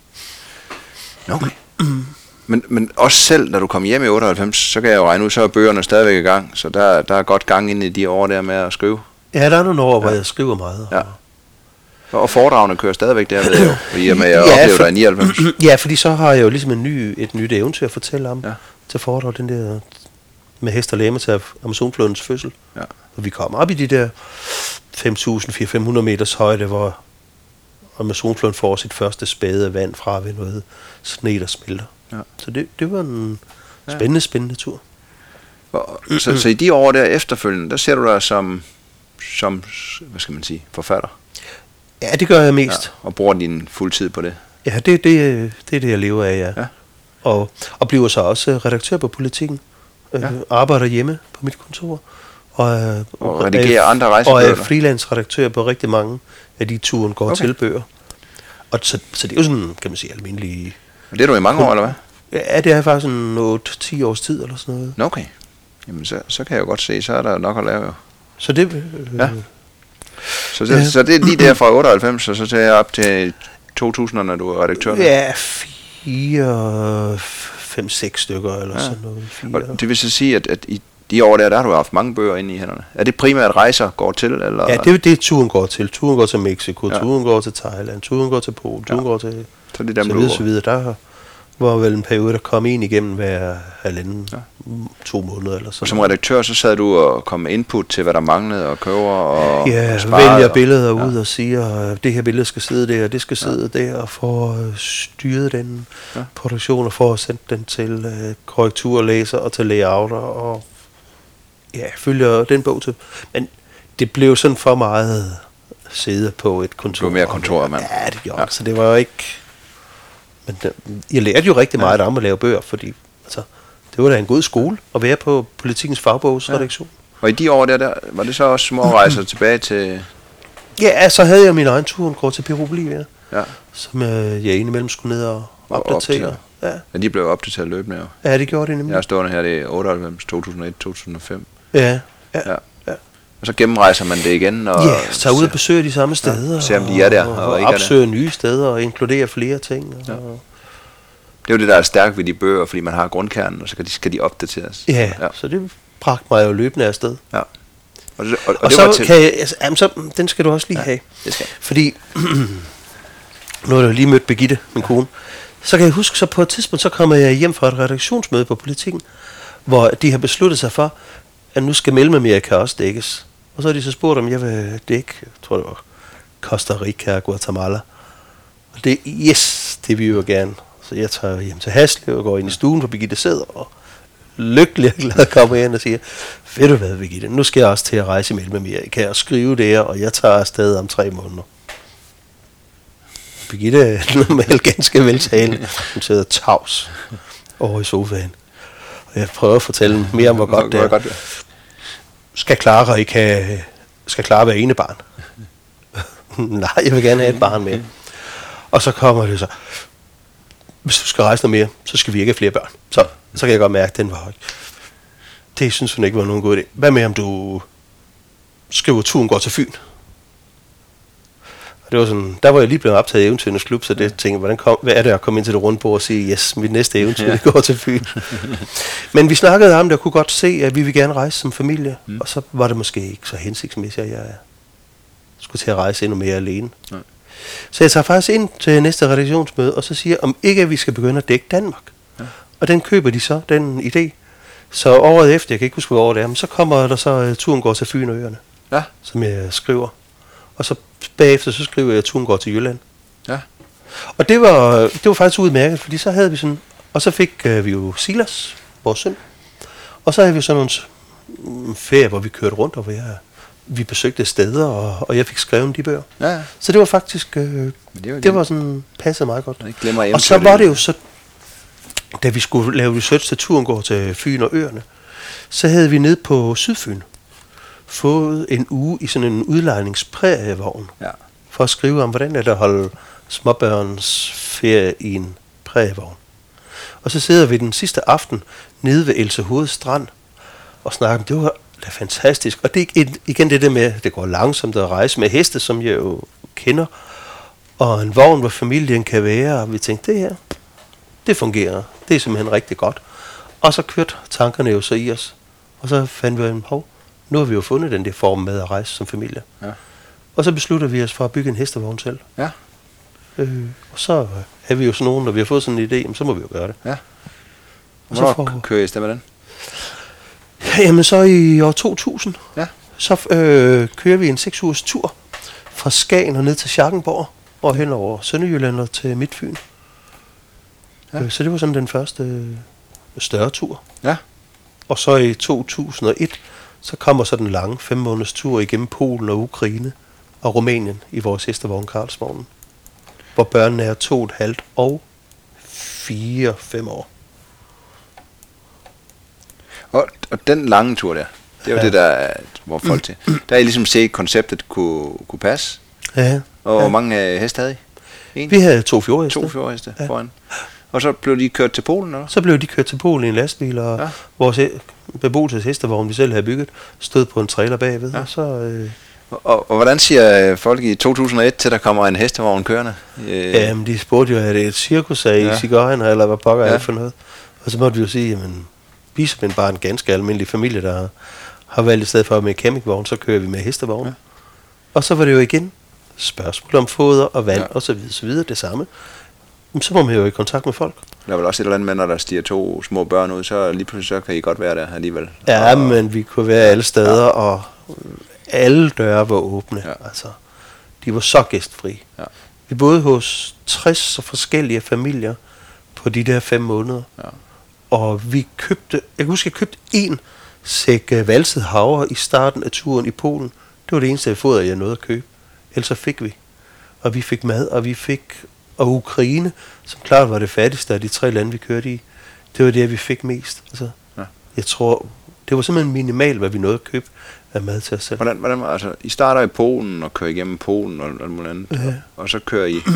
Ja. Okay. men, men også selv, da du kom hjem i otteoghalvfems, så kan jeg jo regne ud, så er bøgerne stadigvæk i gang. Så der, der er godt gang inde i de år der med at skrive. Ja, der er nogle år, hvor ja. jeg skriver meget. Ja. Og foredragene kører stadigvæk der, ved jeg jo. Fordi jeg, jeg ja, oplevede dig i nioghalvfems. Ja, fordi så har jeg jo ligesom en ny, et nyt eventyr at fortælle om ja. til foredrag. Den der med hest og læme til Amazonflodens fødsel. Ja. Og vi kommer op i de der fem tusind til fem hundrede meters højde, hvor Amazonfloden får sit første spæde vand fra ved noget sne, der smelter. Ja. Så det, det var en spændende, ja. spændende tur. Og, så, så i de år der efterfølgende, der ser du dig som, som, hvad skal man sige, forfatter? Ja, det gør jeg mest. Ja, og bruger din fuldtid på det? Ja, det, det, det er det, jeg lever af, ja. ja. Og, og bliver så også redaktør på Politikken. Ja. Øh, arbejder hjemme på mit kontor. Og, og redigerer er, andre rejsebøger. Og er freelance-redaktør på rigtig mange af de turen går okay. til bøger. Og så, så det er jo sådan, kan man sige, almindelige... Og det er du i mange år, eller hvad? Ja, det er faktisk sådan otte til ti års tid, eller sådan noget. Okay. Jamen, så, så kan jeg jo godt se, så er der nok at lave jo. Så det... Øh, ja. Så det, ja. så det er lige der fra otteoghalvfems, og så tager jeg op til to tusind, når du er redaktør? Ja, fire, fem, seks stykker, eller ja. sådan noget. Fire. Og det vil så sige, at, at i de år der, der har du haft mange bøger inde i hænderne. Er det primært rejser går til, eller? Ja, det er det, turen går til. Turen går til Mexico, ja. turen går til Thailand, turen går til Polen, turen ja. går til... Så det er dem, så videre, så videre. Der var vel en periode, der kom en igennem hver halvanden, ja. to måneder eller sådan. Og som redaktør, så sad du og kom med input til, hvad der manglede, og køber og ja, og sparede, vælger billeder og, ud ja. og siger, at det her billede skal sidde der, og det skal sidde ja. der, og få styret den ja. produktion, og få sendt den til uh, korrekturlæser og til layouter, og ja, følger den bog til. Men det blev sådan for meget sidde på et kontor. Det blev mere kontor, mand. Ja, det gjorde ja. Så det var jo ikke... Men det, jeg lærte jo rigtig meget ja. om at lave bøger, fordi altså, det var da en god skole at være på Politikens fagbogsredaktion. Ja. Og i de år der, der, var det så også små rejser tilbage til... Ja, så havde jeg min egen tur, går til Peru Bolivia, ja. som øh, jeg indimellem skulle ned og opdatere. Ja. ja, de blev opdateret løbende jo. Ja, det gjorde det nemlig. Jeg er stående her, det er otteoghalvfems, to tusind og et, to tusind og fem. Ja, ja. ja. ja. Og så gennemrejser man det igen. Og ja, så ud og besøger de samme steder. Ja, ser om de er der. Og, og, og opsøger nye steder og inkluderer flere ting. Og, ja. Det er jo det, der er stærkt ved de bøger, fordi man har grundkernen, og så skal de, skal de opdateres. Ja, ja, så det bragte mig jo løbende afsted. Ja. Og, det, og, og, og det så var til... kan jeg, altså, jamen, så, den skal du også lige ja, have. Det skal. Fordi, nu har jeg lige mødt Birgitte, min kone, så kan jeg huske, så på et tidspunkt, så kommer jeg hjem fra et redaktionsmøde på Politikken, hvor de har besluttet sig for, at nu skal Mellemamerika også dækkes. Og så har de så spurgt, om jeg vil dække, jeg tror det var Costa Rica og Guatemala. Og det, yes, det vil jeg jo gerne. Så jeg tager hjem til Haslev og går ind i stuen, hvor Birgitte sidder og lykkelig og glad kommer ind og siger, ved du hvad, Birgitte, nu skal jeg også til at rejse i Mellemamerika og skrive det her, og jeg tager afsted om tre måneder. Birgitte er normalt ganske veltalende. Hun sidder tavs over i sofaen. Og jeg prøver at fortælle mere om, hvor godt det er. Skal Clara ikke have, skal Clara være ene barn? Nej, jeg vil gerne have et barn med. Og så kommer det så, hvis du skal rejse noget mere, så skal vi ikke have flere børn. Så, så kan jeg godt mærke, at den var høj. Det synes hun ikke var nogen god idé. Hvad med, om du skriver, turen går til Fyn? Og det var sådan, der var jeg lige blevet optaget i Eventyrernes Klub, så det tænkte, hvordan kom, hvad er det at komme ind til det runde bord og sige, yes, mit næste eventyr ja. går til Fyn. Men vi snakkede om, der kunne godt se, at vi vil gerne rejse som familie, mm. og så var det måske ikke så hensigtsmæssigt, at jeg skulle til at rejse endnu mere alene. Nej. Så jeg tager faktisk ind til næste redaktionsmøde, og så siger om ikke, at vi skal begynde at dække Danmark. Ja. Og den køber de så, den idé. Så året efter, jeg kan ikke huske, hvor året det er, men så kommer der så, uh, turen går til Fyn og øerne, ja. som jeg skriver. Og så bagefter, så skriver jeg, at turen går til Jylland. Ja. Og det var, det var faktisk udmærket, fordi så havde vi sådan, og så fik uh, vi jo Silas, vores søn. Og så havde vi sådan nogle ferie, hvor vi kørte rundt, og hvor jeg vi besøgte steder, og, og jeg fik skrevet de bøger. Ja, ja. Så det var faktisk, øh, det var, det var sådan, passede meget godt. Og så var det jo så, da vi skulle lave research til turen går til Fyn og øerne, så havde vi nede på Sydfyn fået en uge i sådan en udlejningsprærievogn, ja. for at skrive om, hvordan er det at holde småbørns ferie i en prærievogn. Og så sidder vi den sidste aften nede ved Else Hoveds Strand og snakker, det var da fantastisk. Og det er igen det der med, at det går langsomt at rejse med heste, som jeg jo kender, og en vogn, hvor familien kan være, og vi tænkte, det her, det fungerer. Det er simpelthen rigtig godt. Og så kørte tankerne jo så i os. Og så fandt vi en hov. Nu har vi jo fundet den der form med at rejse som familie. Ja. Og så besluttede vi os for at bygge en hestevogn selv. Ja. Øh, og så har vi jo sådan nogen, når vi har fået sådan en idé, så må vi jo gøre det. Ja. Og så får... kører I afsted med den? Jamen så i år to tusind, ja. så øh, kører vi en seks ugers tur fra Skagen og ned til Schackenborg og hen over Sønderjylland og til Midtfyn. Ja. Øh, så det var sådan den første øh, større tur. Ja. Og så i to tusind og et, så kommer så den lange fem måneders tur igennem Polen og Ukraine og Rumænien i vores hestevogn Karlsvognen, hvor børnene er to og et halvt og fire, fem år. Og, og den lange tur der, det er jo ja. det, der er, hvor folk til. Der er I ligesom set, konceptet kunne, kunne passe. Ja. Og ja. Hvor mange heste havde I? En? Vi havde to fjordheste. To fjordheste ja. foran. Og så blev de kørt til Polen, eller? Så blev de kørt til Polen i en lastbil, og ja. vores beboelses hestevogn, vi selv havde bygget, stod på en trailer bagved. Ja. Og, så, øh... og, og, og hvordan siger folk i to tusind og et til, der kommer en hestevogn kørende? Øh... Jamen, de spurgte jo, er det et cirkus af ja. i Sigøjen, eller hvad pokker ja. er det for noget? Og så måtte vi jo sige, jamen, vi er simpelthen bare en ganske almindelig familie, der har valgt i stedet for med campingvogn, så kører vi med hestevogn. Ja. Og så var det jo igen spørgsmål om foder og vand ja. og så videre, så videre, det samme. Men så må man jo i kontakt med folk. Der er vel også et eller andet med, når der stiger to små børn ud, så lige pludselig så kan I godt være der alligevel. Ja, og, men vi kunne være alle steder, ja. og alle døre var åbne. Ja. Altså, de var så gæstfri. Ja. Vi boede hos tres forskellige familier på de der fem måneder. Ja. Og vi købte, jeg kan huske, jeg købte en sæk valset havre i starten af turen i Polen. Det var det eneste foder, jeg nåede at købe. Ellers så fik vi. Og vi fik mad, og vi fik... Og Ukraine, som klart var det fattigste af de tre lande, vi kørte i, det var det, vi fik mest. Altså, ja. Jeg tror, det var simpelthen minimalt, hvad vi nåede at købe af mad til os selv. Hvordan, hvordan altså, I starter i Polen og kører igennem Polen og alt muligt andet, ja. og så kører I...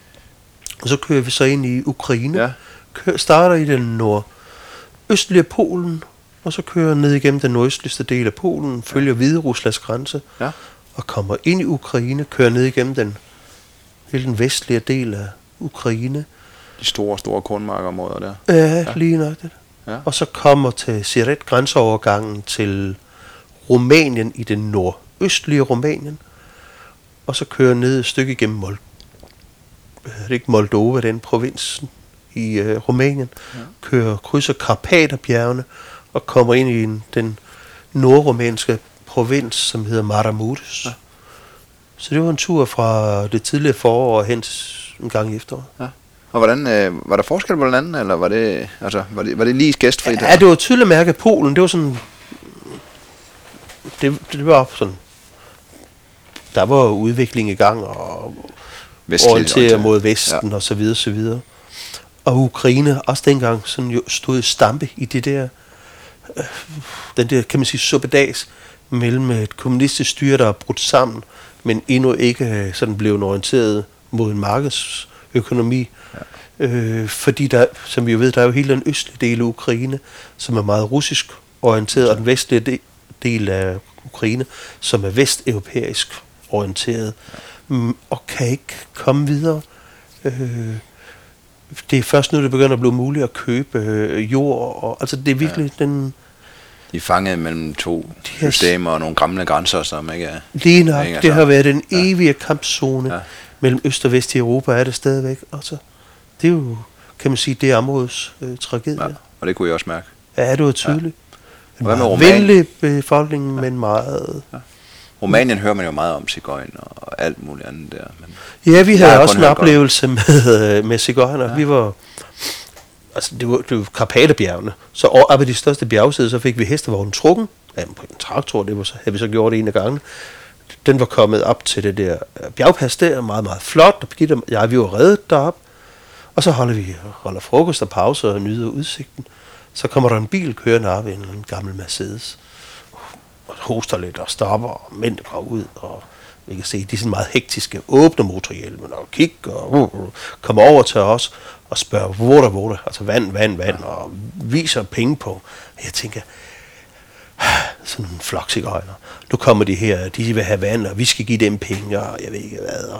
og så kører vi så ind i Ukraine, ja. kører, starter i den nordøstlige Polen, og så kører ned igennem den nordøstligste del af Polen, følger ja. Hvide Ruslands grænse, ja. og kommer ind i Ukraine, kører ned igennem den hele den vestlige del af Ukraine. De store, store kornmarkområder der. Ja, ja. lige nok det. Ja. Og så kommer til Siret grænseovergangen til Rumænien i den nordøstlige Rumænien. Og så kører ned et stykke igennem Mold- det er ikke Moldova, den provinsen i uh, Rumænien. Ja. Kører, krydser Karpaterbjergene og kommer ind i en, den nordrumænske provins, som hedder Maramureș. Ja. Så det var en tur fra det tidlige forår hen en gang i efteråret. Ja. Og hvordan, øh, var der forskel på den anden, eller var det, altså, var det, var det lige gæstfrit? Ja, det var tydeligt mærke Polen. Det var sådan, det, det var sådan, der var udvikling i gang, og orienteret mod Vesten, ja. og så videre, så videre. Og Ukraine, også dengang, sådan jo stod stampe i det der, øh, den der, kan man sige, suppedags mellem et kommunistisk styre, der er brudt sammen, men endnu ikke sådan blevet orienteret mod en markedsøkonomi. Ja. Øh, fordi der, som vi jo ved, der er jo hele den østlige del af Ukraine, som er meget russisk orienteret, og den vestlige del, del af Ukraine, som er vesteuropæisk orienteret, ja. mm, og kan ikke komme videre. Øh, det er først nu, det begynder at blive muligt at købe øh, jord, og altså det er virkelig ja. den... De er fanget mellem to de systemer og nogle gamle grænser, som ikke er... Lige nok, det altså. har været den evige ja. kampzone ja. mellem øst og vest i Europa, er det stadigvæk. Altså, det er jo, kan man sige, det er områdets øh, tragedie. Ja, og det kunne I også mærke. Ja, det var tydeligt. Ja. Hvad med Rumænien? Venlig befolkning, ja. men meget... Ja. Rumænien hører man jo meget om sigøjner og alt muligt andet der. Men ja, vi havde også en oplevelse godt. med, med sigøjner. Ja. Vi var... Altså, det var, det var Karpaterbjergene. Så oppe af de største bjergsæder, så fik vi hestevognen trukken ja, på en traktor, det var så, havde vi så gjort en af gangen. Den var kommet op til det der bjergpas der, meget, meget flot, og Birgitte og jeg, vi var reddet derop. Og så holder vi holder frokost og pause og nyder udsigten. Så kommer der en bil kørende op, en, en gammel Mercedes, og hoster lidt og stopper, og mænd går ud, og vi kan se, de er sådan meget hektiske, åbner motorhjelmen og kigger, og uh, uh, kommer over til os og spørger, hvor der, hvor der, altså vand, vand, vand, og viser penge på. Og jeg tænker, sådan en flok cigøjner. Nu kommer de her, de vil have vand, og vi skal give dem penge, og jeg ved ikke hvad. Og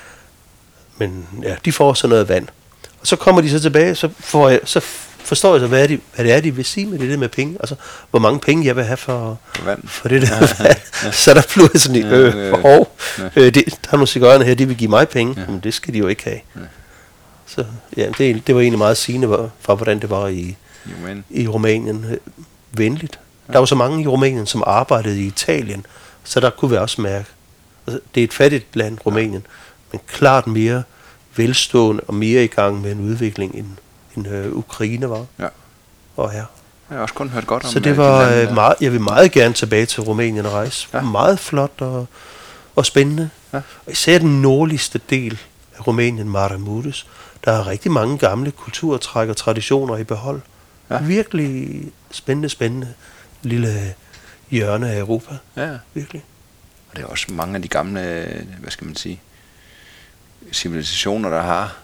men ja, de får så noget vand. Og så kommer de så tilbage, så, får jeg, så forstår jeg så, hvad, er de, hvad det er, de vil sige med det der med penge. Altså, hvor mange penge jeg vil have for, vand. for det der ja, vand. Ja. Så der blev sådan en, øh, øh, øh, ja. øh, det, der er nogle cigøjner her, de vil give mig penge, ja. Men det skal de jo ikke have. Ja. Så ja, det, det var egentlig meget sigende for, hvordan det var i, i Rumænien. Venligt. Ja. Der var så mange i Rumænien, som arbejdede i Italien, så der kunne vi også mærke, altså, det er et fattigt land, Rumænien, ja. Men klart mere velstående og mere i gang med en udvikling, end, end øh, Ukraine var. Ja. Og her. Jeg har også kun hørt godt om. Så det var de øh, meget, jeg vil meget gerne tilbage til Rumænien og rejse. Ja. Meget flot og, og spændende. Ja. Og især den nordligste del af Rumænien, Maramureș, der er rigtig mange gamle kulturtræk og traditioner i behold. Ja. Virkelig spændende, spændende lille hjørne af Europa. Ja. Virkelig. Og det er også mange af de gamle, hvad skal man sige, civilisationer, der har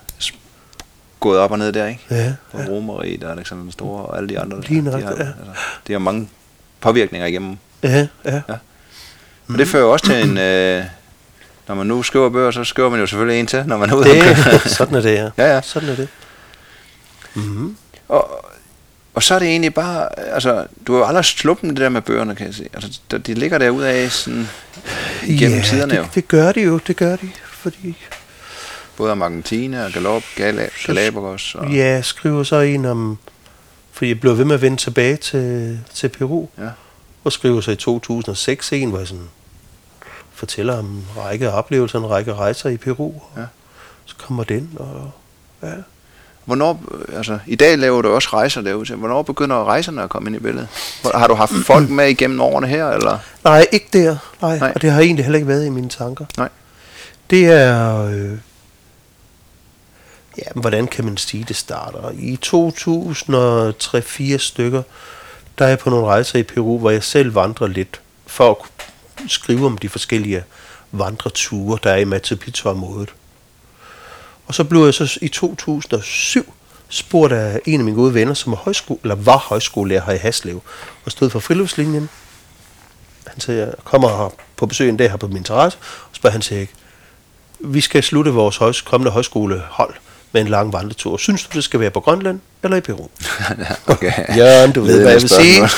gået op og ned der, ikke? Ja. ja. Romeriet og Alexander den Store og alle de andre. Lige de, nok, har, ja. altså, de har mange påvirkninger igennem. Ja, ja. ja. Og mm. det fører også til en, øh, når man nu skriver bøger, så skriver man jo selvfølgelig en til, når man er ude. Det, sådan er det, ja. ja, ja. Sådan er det. Mm-hmm. Og, og så er det egentlig bare, altså, du har jo aldrig sluppet det der med bøgerne, kan jeg se. Altså, de, de ligger derude af sådan, igennem ja, tiderne det, jo. det gør de jo, det gør de, fordi... Både om Argentina og Galop, Galap, Galapagos. Og ja, skriver så en om... For jeg blev ved med at vende tilbage til, til Peru. Ja. Og skriver så i to tusind og seks en, hvor jeg sådan fortæller om en række oplevelser, en række rejser i Peru. Og ja. Så kommer den, og ja... Hvornår, altså, i dag laver du også rejser derude. Hvornår begynder rejserne at komme ind i billedet? Har du haft folk med igennem årene her, eller? Nej, ikke der. Nej, Nej. Og det har egentlig heller ikke været i mine tanker. Nej. Det er... Øh, ja, men hvordan kan man sige, det starter? I to tusind og tre til fire stykker, der er jeg på nogle rejser i Peru, hvor jeg selv vandrer lidt, for at skrive om de forskellige vandreture, der er i Machu Picchu-området. Og så blev jeg så i to tusind og syv spurgt af en af mine gode venner, som var, højskole, eller var højskolelærer her i Haslev, og stod for friluftslinjen. Han sagde, jeg kommer på besøg en dag her på min terrasse, og spørger han sig, vi skal slutte vores højs- kommende højskolehold med en lang vandretur. Synes du, det skal være på Grønland eller i Peru? Okay. Jørgen, du ved, hvad jeg vil sige.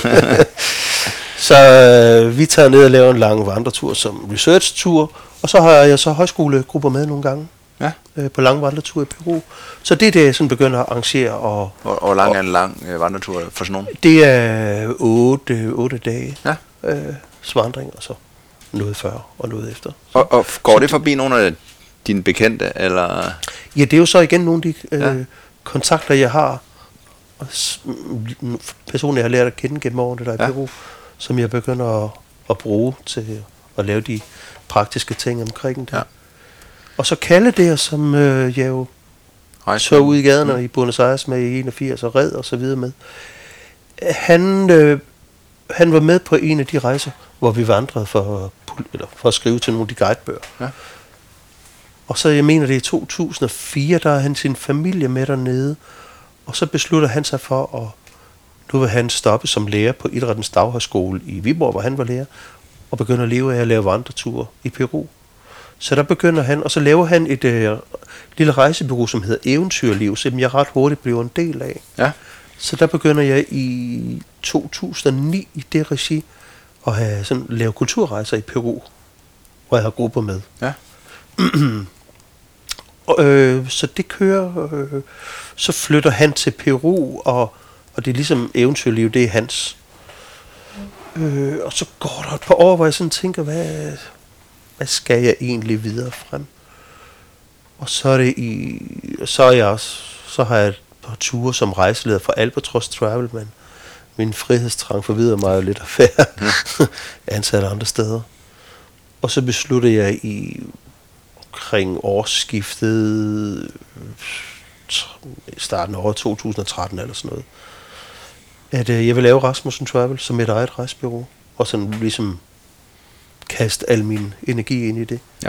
Så øh, vi tager ned og laver en lang vandretur som research-tur, og så har jeg så højskolegrupper med nogle gange. Ja. Øh, på lang vandretur i Peru. Så det er det, jeg sådan begynder at arrangere. Og, og, og lang er en lang øh, vandretur for sådan nogen? Det er otte, otte dage ja. øh, svandring, og så noget før og noget efter. Så, og, og går det forbi nogle af dine bekendte? Eller? Ja, det er jo så igen nogle af de øh, ja. kontakter, jeg har, og s- personer, jeg har lært at kende gennem årene der i ja. Peru, som jeg begynder at, at bruge til at lave de praktiske ting omkring det. Ja. Og så Kalle der, som øh, jeg jo så ud i gaderne mm. i Buenos Aires med i enogfirs og red og så videre med. Han, øh, han var med på en af de rejser, hvor vi vandrede for, eller for at skrive til nogle af de guidebøger. Ja. Og så, jeg mener det er i to tusind og fire, der er han sin familie med dernede, og så beslutter han sig for, at nu vil han stoppe som lærer på Idrættens Daghøjskole i Viborg, hvor han var lærer, og begynder at leve af at lave vandreture i Peru. Så der begynder han, og så laver han et øh, lille rejsebureau, som hedder Eventyrliv, som jeg ret hurtigt bliver en del af. Ja. Så der begynder jeg i to tusind og ni i det regi at have sådan, lave kulturrejser i Peru, hvor jeg har grupper med. Ja. og, øh, så det kører, øh, så flytter han til Peru, og, og det er ligesom Eventyrliv, det er hans. Øh, og så går der et par år, hvor jeg sådan tænker, hvad... hvad skal jeg egentlig videre frem? Og så er det i, så er jeg også, så har jeg et par ture som rejseleder for Albatros Travel, men min frihedstrang forvidder mig jo lidt af færd. Ja. Ansat andre steder. Og så besluttede jeg i omkring årsskiftet, starten af året to tusind og tretten eller sådan noget, at øh, jeg vil lave Rasmussen Travel som et eget rejsebureau, og sådan ligesom kaste al min energi ind i det. Ja.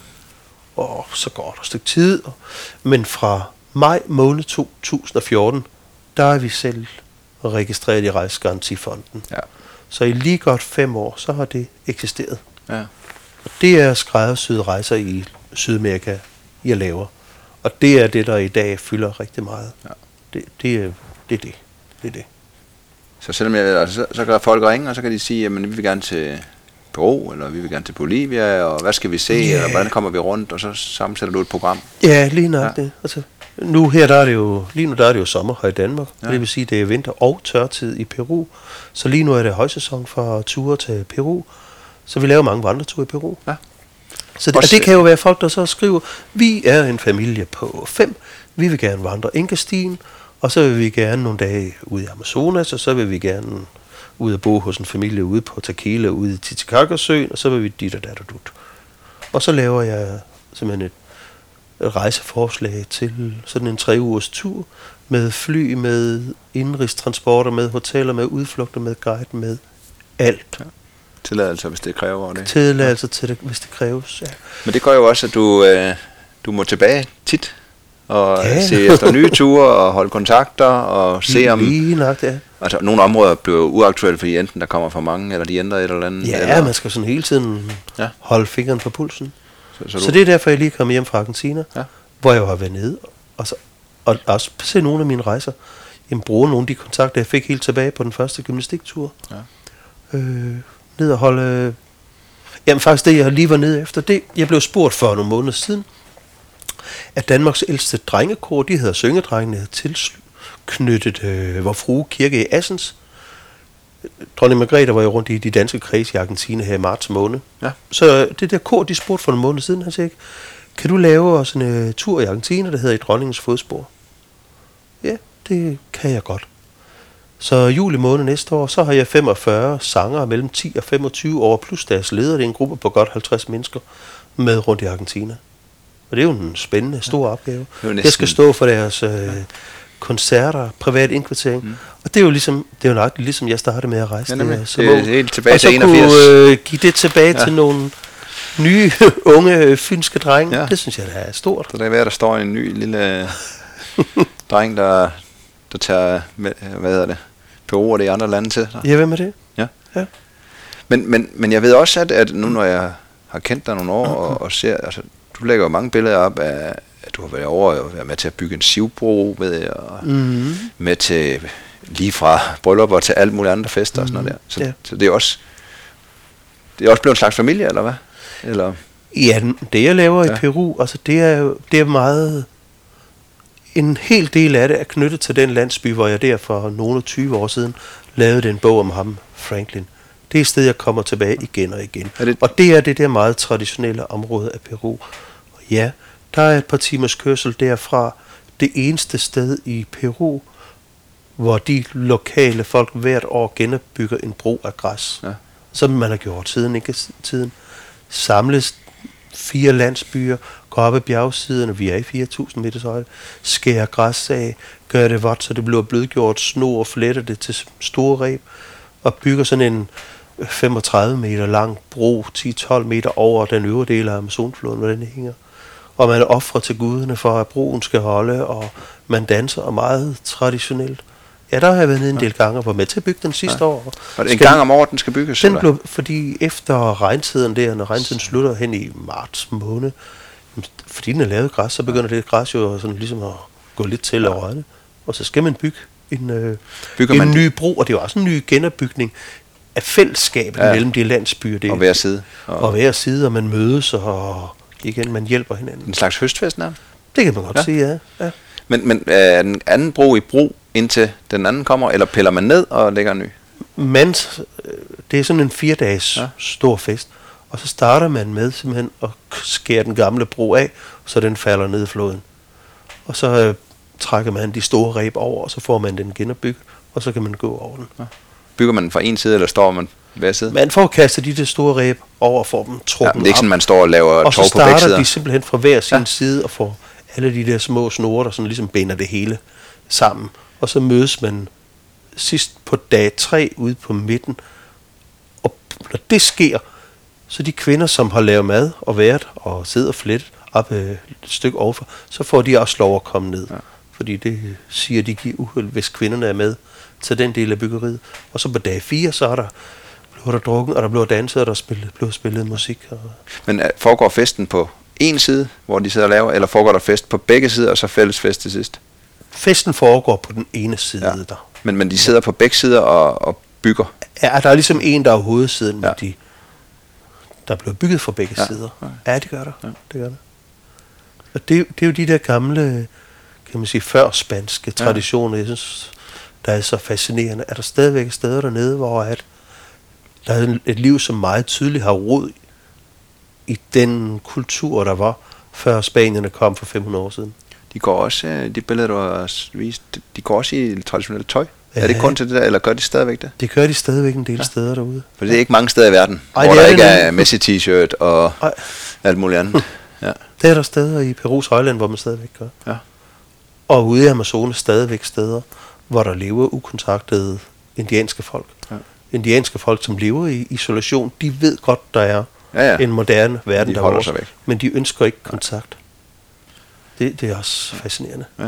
Og så går der et stykke tid, men fra maj måned to tusind og fjorten, der er vi selv registreret i Rejsegarantifonden. Ja. Så i lige godt fem år, så har det eksisteret. Ja. Og det er skræddersyede rejser i Sydamerika, jeg laver. Og det er det, der i dag fylder rigtig meget. Ja. Det, det, er, det er det. Det er det. Så selvom jeg, altså, så, så kan folk ringe, og så kan de sige, jamen vi vil gerne til Peru, eller vi vil gerne til Bolivia, og hvad skal vi se, yeah. eller hvordan kommer vi rundt, og så sammensætter du et program. Ja, lige nok ja. det. Altså, nu her, der er det jo, lige nu der er det jo sommer her i Danmark. Ja. Det vil sige, det er vinter og tørtid i Peru. Så lige nu er det højsæson for ture til Peru. Så vi laver mange vandreture i Peru. Ja. Så det, og det kan jo være folk, der så skriver, vi er en familie på fem, vi vil gerne vandre Inkastien, og så vil vi gerne nogle dage ude i Amazonas, og så vil vi gerne ud og bo hos en familie ude på Tequila, ude i Titicacasøen, og så vil vi dit og dat og dut. Og så laver jeg simpelthen et, et rejseforslag til sådan en tre ugers tur, med fly, med indenrigstransporter, med hoteller, med udflugter, med guide, med alt. Ja. Tilladelser, hvis det kræver det. Tilladelser til det, hvis det kræves, ja. Men det gør jo også, at du, øh, du må tilbage tit, og ja. se efter nye ture, og holde kontakter, og se om... Lige nok, ja. Altså, nogle områder bliver uaktuelle, fordi enten der kommer for mange, eller de ændrer et eller andet. Ja, eller... man skal sådan hele tiden ja. holde fingeren på pulsen. Så, så, du... så det er derfor, jeg lige kom hjem fra Argentina, ja. hvor jeg har været nede, og, så, og også se nogle af mine rejser. Jeg bruger nogle af de kontakter, jeg fik helt tilbage på den første gymnastiktur. Ja. Øh, ned og holde... Jamen faktisk det, jeg lige var nede efter, det jeg blev spurgt for nogle måneder siden, at Danmarks ældste drengekor, de hedder Syngedrengene, tilknyttet øh, Vor Frue Kirke i Assens. Dronning Margrethe var jo rundt i de danske kreds i Argentina her i marts måned. Ja. Så det der kor, de spurgte for nogle måneder siden, han sagde, kan du lave os en uh, tur i Argentina, der hedder I Dronningens Fodspor? Ja, det kan jeg godt. Så juli måned næste år, så har jeg femogfyrre sangere mellem ti og femogtyve år, plus deres leder, det er en gruppe på godt halvtreds mennesker, med rundt i Argentina. Og det er jo en spændende, stor ja. opgave. Næsten... Jeg skal stå for deres øh, ja. koncerter, privat indkvartering. Mm. Og det er jo ligesom, det er jo nok ligesom jeg startede med at rejse. Ja, det, det er helt tilbage til enogfirs. Og så kunne øh, give det tilbage ja. til nogle nye, unge, fynske drenge. Ja. Det synes jeg, det er stort. Så det er ved, at der står en ny lille dreng, der, der tager, med, hvad hedder det, Peru og de andre lande til. Så. Ja, hvem er det? Ja. ja. Men, men, men jeg ved også, at, at nu når jeg har kendt dig nogle år, okay. og, og ser, altså, du lægger jo mange billeder op af, at du har været over og været med til at bygge en sivbro, ved jeg, og mm-hmm. med til lige fra bryllupper til alt muligt andre fester mm-hmm. og sådan noget der. Så, ja. så det er også det er også blevet en slags familie, eller hvad? Eller? Ja, det jeg laver ja. i Peru, altså det er jo det er meget en hel del af det er knyttet til den landsby, hvor jeg der for nogle tyve år siden lavede en bog om ham, Franklin. Det er et sted, jeg kommer tilbage igen og igen. Det? Og det er det der meget traditionelle område af Peru. Og ja, der er et par timers kørsel derfra. Det eneste sted i Peru, hvor de lokale folk hvert år genopbygger en bro af græs. Ja. Som man har gjort siden, ikke tiden. Samles fire landsbyer, går op ad bjergsiderne, vi er i fire tusind meters højde, skærer græs af, gør det vådt, så det bliver blødgjort, snor og fletter det til store reb, og bygger sådan en femogtredive meter lang bro, ti til tolv meter over den øvre del af Amazonfloden, hvor den hænger. Og man er offret til guderne for, at broen skal holde, og man danser, og meget traditionelt. Ja, der har jeg været nede en del gange og var med til at bygge den sidste ja. år. Og det en gang om året, den skal bygges? Den blev, fordi efter regntiden der, når regntiden slutter hen i marts måned, fordi den er lavet græs, så begynder det græs jo sådan ligesom at gå lidt til ja. og rødne. Og så skal man bygge en, øh, en ny bro, og det er jo også en ny genopbygning af fællesskabet ja. mellem de landsbyer. Det, og hver side. Og, og hver side, og man mødes, og igen, man hjælper hinanden. En slags høstfest nærmest? Det kan man godt ja. sige, ja. ja. Men, men er den anden bro i brug, indtil den anden kommer, eller piller man ned og lægger en ny? Men det er sådan en fire dages ja. stor fest, og så starter man med simpelthen at skære den gamle bro af, så den falder ned i floden. Og så øh, trækker man de store reb over, og så får man den genopbygget, og så kan man gå over den. Ja. Bygger man den fra en side, eller står man hver side? Man får kastet de der store ræb over og får dem trukket ja, det er ikke op. sådan, man står og laver tov på begge sider. Og så starter de simpelthen fra hver sin ja. side og får alle de der små snore, der sådan ligesom binder det hele sammen. Og så mødes man sidst på dag tre ude på midten. Og når det sker, så de kvinder, som har lavet mad og været og sidder flettet op et stykke overfor, så får de også lov at komme ned. Ja. Fordi det siger, de giver uheld, hvis kvinderne er med til den del af byggeriet. Og så på dag fire, så er der, bliver der drukken, og der bliver danset, og der spillet, bliver spillet musik. Og men foregår festen på en side, hvor de sidder og laver, eller foregår der fest på begge sider, og så fælles fest til sidst? Festen foregår på den ene side ja. der. Men, men de sidder på begge sider og, og bygger? Ja, der er ligesom en, der er hovedsiden, ja. de, der bliver bygget fra begge ja. sider. Ja, det gør der. Ja. Det gør der. Og det, det er jo de der gamle, kan man sige, før spanske ja. traditioner, jeg synes, der er så fascinerende. Er der stadigvæk steder dernede, hvor at der er et liv, som meget tydeligt har rod i den kultur, der var, før spanierne kom for fem hundrede år siden? De går også, de billeder, du har vist, de går også i traditionelt tøj. Ja. Er det kun til det der, eller gør de stadigvæk det? Det gør de stadigvæk en del ja. steder derude. For det er ikke mange steder i verden, Ej, hvor der ikke er Messi-t-shirt og Ej. alt muligt andet. Ja. Det er der steder i Perus højland, hvor man stadigvæk gør. Ja. Og ude i Amazonas stadigvæk steder, hvor der lever ukontaktede indianske folk. Ja. Indianske folk, som lever i isolation, de ved godt, der er ja, ja. en moderne verden, de der vores, men de ønsker ikke kontakt. Det, det er også fascinerende. Ja.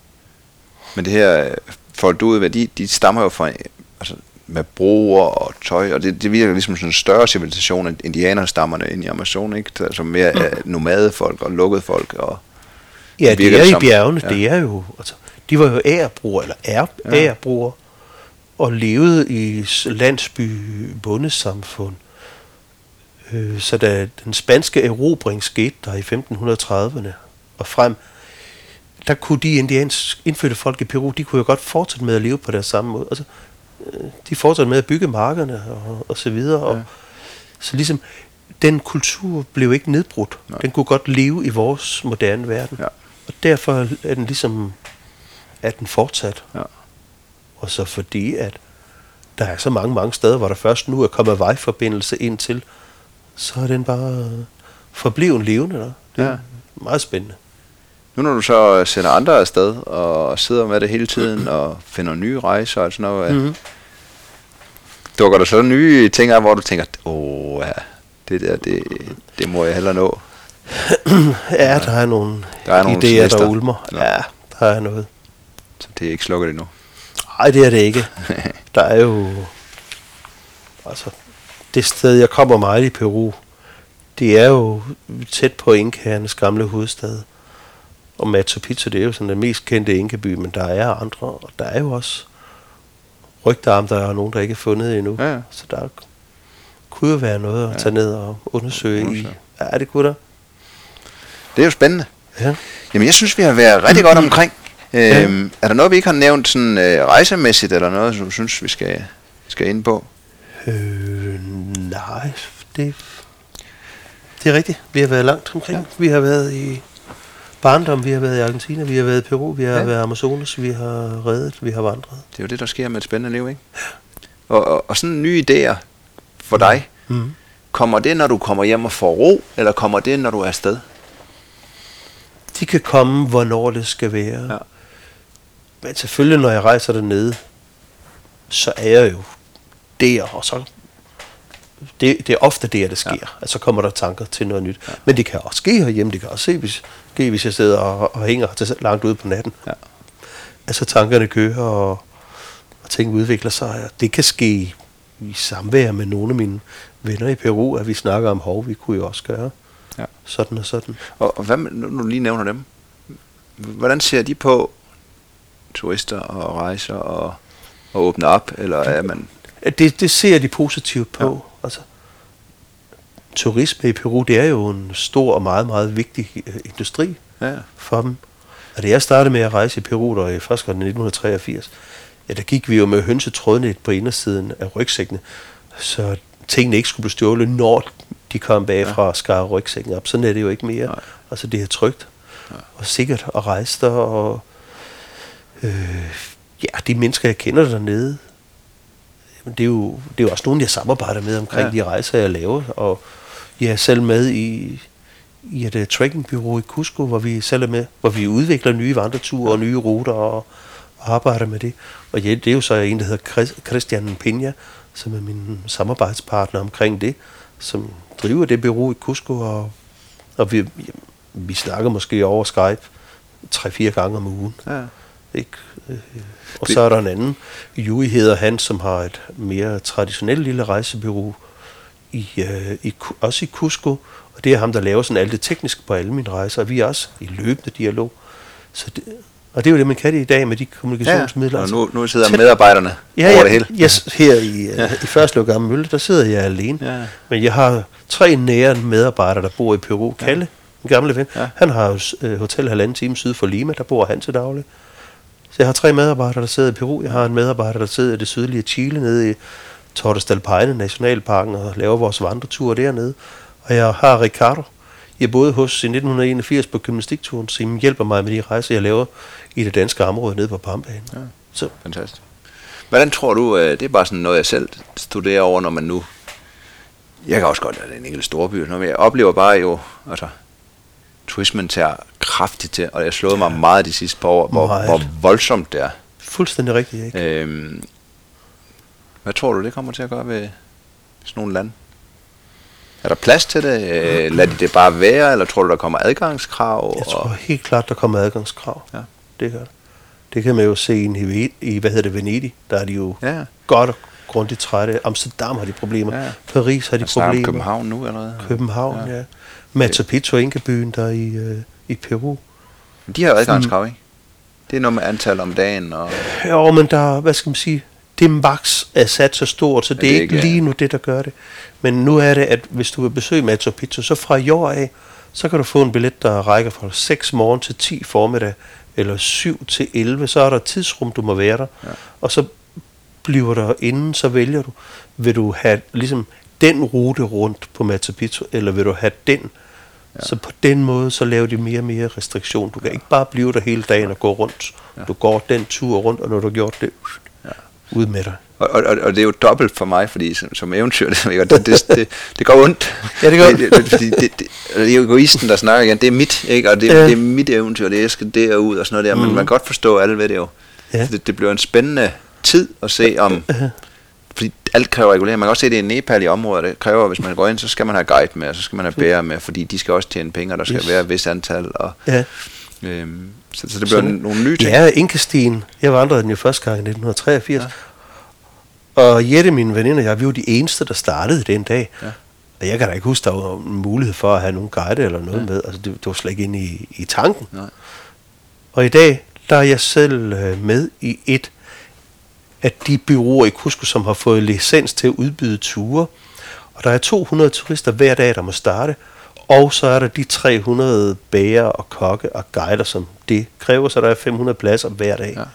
Men det her folk derude, de, de stammer jo fra altså, med broer og tøj, og det, det virker ligesom sådan en større civilisation end indianerstammerne inde i Amazon, ikke? Altså mere mm. nomadefolk og lukkede folk. Og ja, det, det er i bjergene, ja. det er jo, altså, de var jo ærebrugere, eller er ja. ærebrugere, og levede i landsby bondesamfund. Øh, så da den spanske erobring skete der i femten trediverne og frem, der kunne de indiansk indfødte folk i Peru, de kunne jo godt fortsætte med at leve på deres samme måde. Altså, de fortsatte med at bygge markerne og, og så videre. Og, ja. Så ligesom, den kultur blev ikke nedbrudt. Nej. Den kunne godt leve i vores moderne verden. Ja. Og derfor er den ligesom, at den fortsat. Ja. Og så fordi, at der er så mange, mange steder, hvor der først nu er kommet vejforbindelse ind til, så er den bare forblevet levende. Der. Det er ja. meget spændende. Nu når du så sender andre afsted og sidder med det hele tiden og finder nye rejser og sådan noget, mm-hmm. dukker der så nye ting af, hvor du tænker, åh ja, det der, det, det må jeg hellere nå? Ja, der er nogle der er nogle idéer, der ulmer. Ja, der er noget. Så det er ikke slukket endnu? Nej, det er det ikke. Der er jo, altså, det sted, jeg kommer meget i Peru, det er jo tæt på Inkaernes gamle hovedstad. Og Machu Picchu, det er jo sådan den mest kendte inkeby, men der er andre, og der er jo også rygter om, der er nogen, der ikke er fundet endnu. Ja, ja. Så der kunne jo være noget at ja. tage ned og undersøge Undersøg. i. Ja, det kunne der. Det er jo spændende. Ja. Jamen, jeg synes, vi har været rigtig godt omkring. Ja. Øhm, er der noget, vi ikke har nævnt sådan øh, rejsemæssigt, eller noget, som du synes, vi skal, skal ind på? Øh, nej, det, det er rigtigt. Vi har været langt omkring. Ja. Vi har været i barndom, vi har været i Argentina, vi har været i Peru, vi har ja. været i Amazonas, vi har reddet, vi har vandret. Det er jo det, der sker med et spændende liv, ikke? Ja. Og, og, og sådan nye idéer for dig, mm. kommer det, når du kommer hjem og får ro, eller kommer det, når du er afsted? De kan komme, hvornår det skal være. Ja. Men selvfølgelig, når jeg rejser dernede, så er jeg jo der, og så det, det er ofte der, det sker. Ja. Altså, så kommer der tanker til noget nyt. Ja. Men det kan også ske herhjemme. Det kan også se, hvis, ske, hvis jeg sidder og, og hænger til langt ude på natten. Ja. Altså, tankerne kører, og, og ting udvikler sig. Det kan ske i, i samvær med nogle af mine venner i Peru, at vi snakker om, hov, vi kunne jo også gøre ja. sådan og sådan. Og, og hvad, nu du lige nævner dem, hvordan ser de på turister og rejser og, og åbne op, eller er man... Det, det ser de positivt på. Ja. Altså, turisme i Peru, det er jo en stor og meget, meget vigtig uh, industri ja. for dem. Og da jeg startede med at rejse i Peru, der i første gang i nitten treogfirs, ja, der gik vi jo med hønsetrådnet på indersiden af rygsækkene, så tingene ikke skulle blive stjålet, når de kom bagfra ja. og skar rygsækken op. Sådan er det jo ikke mere. Nej. Altså, det er trygt ja. og sikkert at rejse der, og øh, Ja, de mennesker, jeg kender dernede, det er jo, det er jo også nogen, jeg samarbejder med omkring ja. de rejser, jeg laver. Og jeg er selv med i, i et uh, trekkingbureau i Cusco, hvor vi selv er med, hvor vi udvikler nye vandreture og nye ruter og, og arbejder med det. Og ja, det er jo så en, der hedder Christian Peña, som er min samarbejdspartner omkring det, som driver det bureau i Cusco, og, og vi, ja, vi snakker måske over Skype tre-fire gange om ugen. Ja. Ikke? Og så er der en anden, Yui hedder han, som har et mere traditionelt lille rejsebureau, i, øh, i, også i Cusco, og det er ham, der laver sådan alt det tekniske på alle mine rejser, og vi er også i løbende dialog. Så det, og det er jo det, man kan det i dag med de kommunikationsmidler. Ja, og nu, nu sidder medarbejderne ja, over ja, det hele. Yes, her i, ja. i Førslev Gamle Mølle, der sidder jeg alene. Ja. Men jeg har tre nære medarbejdere, der bor i Peru. Kalle, ja. en gamle ven, ja. han har jo øh, hotel halvanden time syd for Lima, der bor han til daglig. Så jeg har tre medarbejdere, der sidder i Peru. Jeg har en medarbejder, der sidder i det sydlige Chile, nede i Torres del Paine Nationalparken, og laver vores vandreture dernede. Og jeg har Ricardo. Jeg boede hos i nitten enogfirs på gymnastikturen, som hjælper mig med de rejser, jeg laver i det danske område nede på Pambaen. Ja, så. Fantastisk. Hvordan tror du, det er bare sådan noget, jeg selv studerer over, når man nu... Jeg kan også godt lade det en enkelt storby, men jeg oplever bare jo... Altså, turismen tager kraftigt til, og jeg har slået mig meget de sidste par år, hvor, hvor voldsomt det er. Fuldstændig rigtigt, ikke? Øhm, hvad tror du, det kommer til at gøre ved sådan nogle lande? Er der plads til det? Øh, lad de det bare være, eller tror du, der kommer adgangskrav? Jeg tror helt klart, der kommer adgangskrav. Ja. Det gør det. Det kan man jo se i, i hvad hedder det, Venedig. Der er de jo ja. godt og grundigt trætte. Amsterdam har de problemer. Ja. Paris har de altså, problemer. København nu allerede. København, ja. ja. Machu Picchu, Inkabyen, der er i, øh, i Peru. De har jo adgangskrav, ikke? Det er noget med antal om dagen. Og jo, men der, hvad skal man sige, det max er sat så stort, så det, det er ikke lige nu det, der gør det. Men nu er det, at hvis du vil besøge Machu Picchu, så fra i år af, så kan du få en billet, der rækker fra seks morgen til ti formiddag, eller syv til elleve, så er der et tidsrum, du må være der. Ja. Og så bliver der inden, så vælger du, vil du have ligesom den rute rundt på Machu Picchu, eller vil du have den? Ja. Så på den måde, så laver de mere og mere restriktion. Du kan ja. ikke bare blive der hele dagen og gå rundt. Ja. Du går den tur rundt, og når du har gjort det, ja. ud med dig. Og, og, og det er jo dobbelt for mig, fordi som, som eventyr, det, det, det, det går ondt. Ja, det går ondt. Det, det, det, det, det, det er egoisten, der snakker igen. Det er mit, ikke? Og det, ja. det er mit eventyr, det jeg skal derud og sådan noget der. Mm. Men man kan godt forstå alle ved det jo. Ja. Det, det bliver en spændende tid at se om... Ja. Fordi alt kræver regulering. Man kan også se det i Nepal i området. Det kræver, hvis man går ind, så skal man have guide med, og så skal man have bærer med, fordi de skal også tjene penge, og der skal yes. være et vis antal. Og, ja. øhm, så, så det bliver så, nogle nye ting. Ja, Inkastien. Jeg vandrede den jo første gang i nitten treogfirs. Ja. Og Jette, min veninde og jeg, vi var de eneste, der startede den dag. Ja. Og jeg kan da ikke huske, der var en mulighed for at have nogen guide eller noget ja. med. Altså, det, det var slet ikke inde i, i tanken. Nej. Og i dag, der er jeg selv øh, med i et af de bureauer i Cusco, som har fået licens til at udbyde ture. Og der er to hundrede turister hver dag, der må starte. Og så er der de tre hundrede bager og kokke og guider, som det kræver, så der er fem hundrede pladser hver dag. Ja.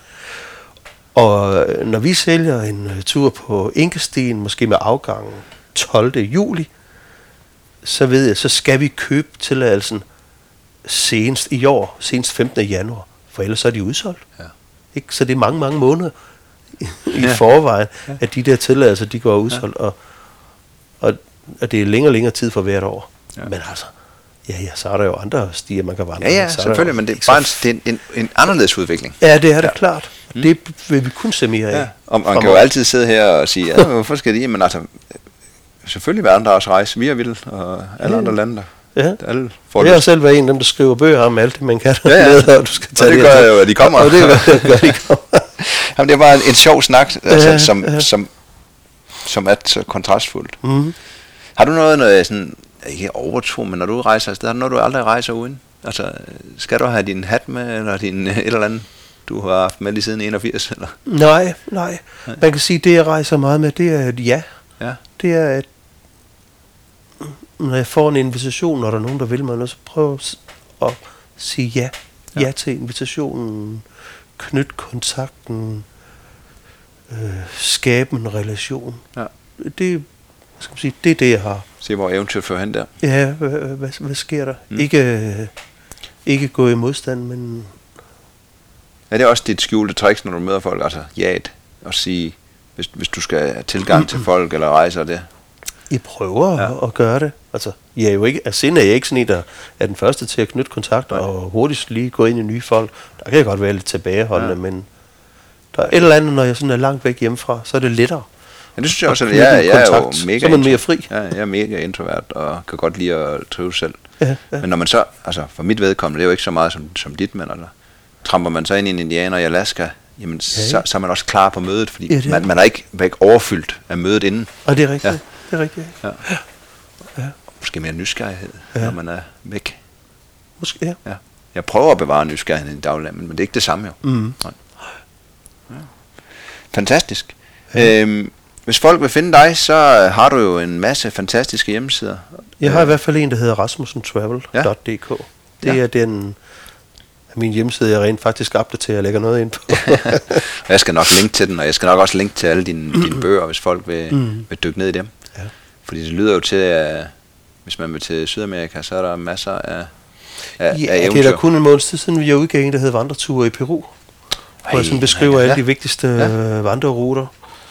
Og når vi sælger en tur på Inkastien, måske med afgang tolvte juli, så ved jeg, så skal vi købe tilladelsen senest i år, senest femtende januar, for ellers er de udsolgt. Ja. Ikke? Så det er mange, mange måneder i, ja. i forvejen, ja. at de der tilladelser, de går udsolgt, ja. og, og, og det er længere og længere tid for hvert år. Ja. Men altså, ja, ja, så er der jo andre stier, man kan vandre. Ja, ja, selvfølgelig, men det er bare en, det er en, en, en anderledes udvikling. Ja, det er det ja. klart. Mm. Det vil vi kun se mere af. Ja. Og man kan jo altid sidde her og sige, ja, hvorfor skal de? Men altså, selvfølgelig vil andre også rejse. Vi er vildt, og alle ja. andre lande der. Ja. Alle jeg har selv været en af dem, der skriver bøger om alt det, man kan. Ja, ja. Med, og du skal tage og det, det gør jo, at de kommer. Og det gør, gør de kommer. Jamen, det er bare en, en sjov snak, altså, ja, som, ja. som, som er så kontrastfuldt. Mm. Har du noget, noget sådan, ikke overtro, men når du rejser afsted, er der noget, du aldrig rejser uden? Altså, skal du have din hat med, eller din et eller andet, du har haft med lige siden enogfirs? Eller? Nej, nej. Man kan sige, det jeg rejser meget med, det er et ja. ja. Det er, at når jeg får en invitation, når der er nogen, der vil mig, så prøv at sige ja. Ja, ja til invitationen, knyt kontakten, øh, skabe en relation. Ja. Det, skal man sige, det er det, jeg har. Se, hvor eventyr fører hen der. Ja, hvad, hvad, hvad sker der? Mm. Ikke, ikke gå i modstand, men Er det også dit skjulte tricks, når du møder folk? Altså, ja, og sige, hvis, hvis du skal have tilgang til folk eller rejse og det? Jeg prøver ja. at, at gøre det. Altså, jeg er jo ikke, af sind er jeg ikke sådan en, der er den første til at knytte kontakt Nej. og hurtigst lige gå ind i nye folk. Der kan jeg godt være lidt tilbageholdende, ja. men der er et eller andet, når jeg sådan er langt væk hjemmefra, så er det lettere. Ja, det synes jeg også, at jeg, jeg er jo mega så er man mere fri. Ja, jeg er mega introvert og kan godt lide at trives selv. Ja, ja. Men når man så, altså for mit vedkommende, det er jo ikke så meget som, som dit, men altså, tramper man så ind i en indianer i Alaska, jamen ja, ja. Så, så er man også klar på mødet, fordi ja, man, man er ikke, ikke overfyldt af mødet inden. Og det er rigtigt, ja. det er rigtigt. Ja. Ja. Ja. Måske mere nysgerrighed, ja. når man er væk. Måske, ja. ja. Jeg prøver at bevare nysgerrigheden i dagligdagen, men det er ikke det samme jo. Mm. Ja. Fantastisk. Ja. Øhm, hvis folk vil finde dig, så har du jo en masse fantastiske hjemmesider. Jeg har i hvert fald en, der hedder rasmussen travel punktum d k. Det ja. er den min hjemmeside, jeg rent faktisk opdaterer og lægger noget ind på. Jeg skal nok linke til den, og jeg skal nok også linke til alle dine, dine bøger, hvis folk vil, mm. vil dykke ned i dem. Ja. Fordi det lyder jo til, at hvis man vil til Sydamerika, så er der masser af, af, ja, af eventyr. Det er da kun en måned siden, vi har udgivet en, der hedder Vandreture i Peru. Ej, hvor jeg sådan beskriver ja. alle de vigtigste ja. vandreruter.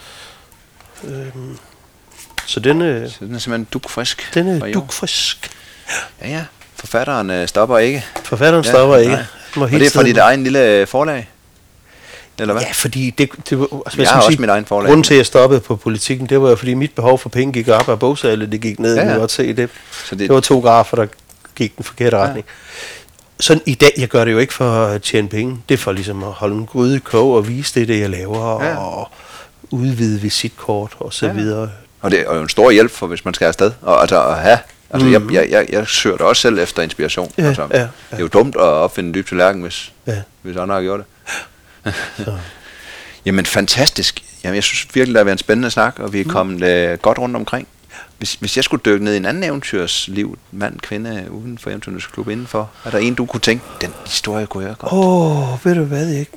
Øhm, så den, øh, så den er simpelthen dugfrisk. Den er dugfrisk. Ja, ja. Forfatteren øh, stopper ikke. Forfatteren ja, stopper ikke. Og det er fra dit egen lille forlag? Eller hvad? Ja, fordi det, det var... Altså, jeg har også sige, mit egen forlag. Grunden til, at jeg stoppede på politikken, det var jo, fordi mit behov for penge gik op, og bogsalget, det gik ned. Ja, ja. Godt se det. Så det. Det var to grafer, der gik den forkerte ja. retning. Sådan i dag, jeg gør det jo ikke for at tjene penge. Det er for ligesom at holde en gryde i kog og vise det, det jeg laver, ja. og udvide visitkort og så ja. videre. Og det er jo en stor hjælp for, hvis man skal afsted. Og altså at have... Altså, mm. jeg, jeg, jeg, jeg søger da også selv efter inspiration. Ja, altså, ja, ja. Det er jo dumt at opfinde en dyb tallerken, hvis, ja. hvis andre har gjort det. Jamen, fantastisk. Jamen, jeg synes virkelig, det har været en spændende snak, og vi er kommet mm. uh, godt rundt omkring. Hvis, hvis jeg skulle dykke ned i en anden eventyrsliv, mand, kvinde, uden for Eventyrernes Klub indenfor, er der en, du kunne tænke, den historie kunne jeg godt? Åh, oh, ved du hvad, ikke?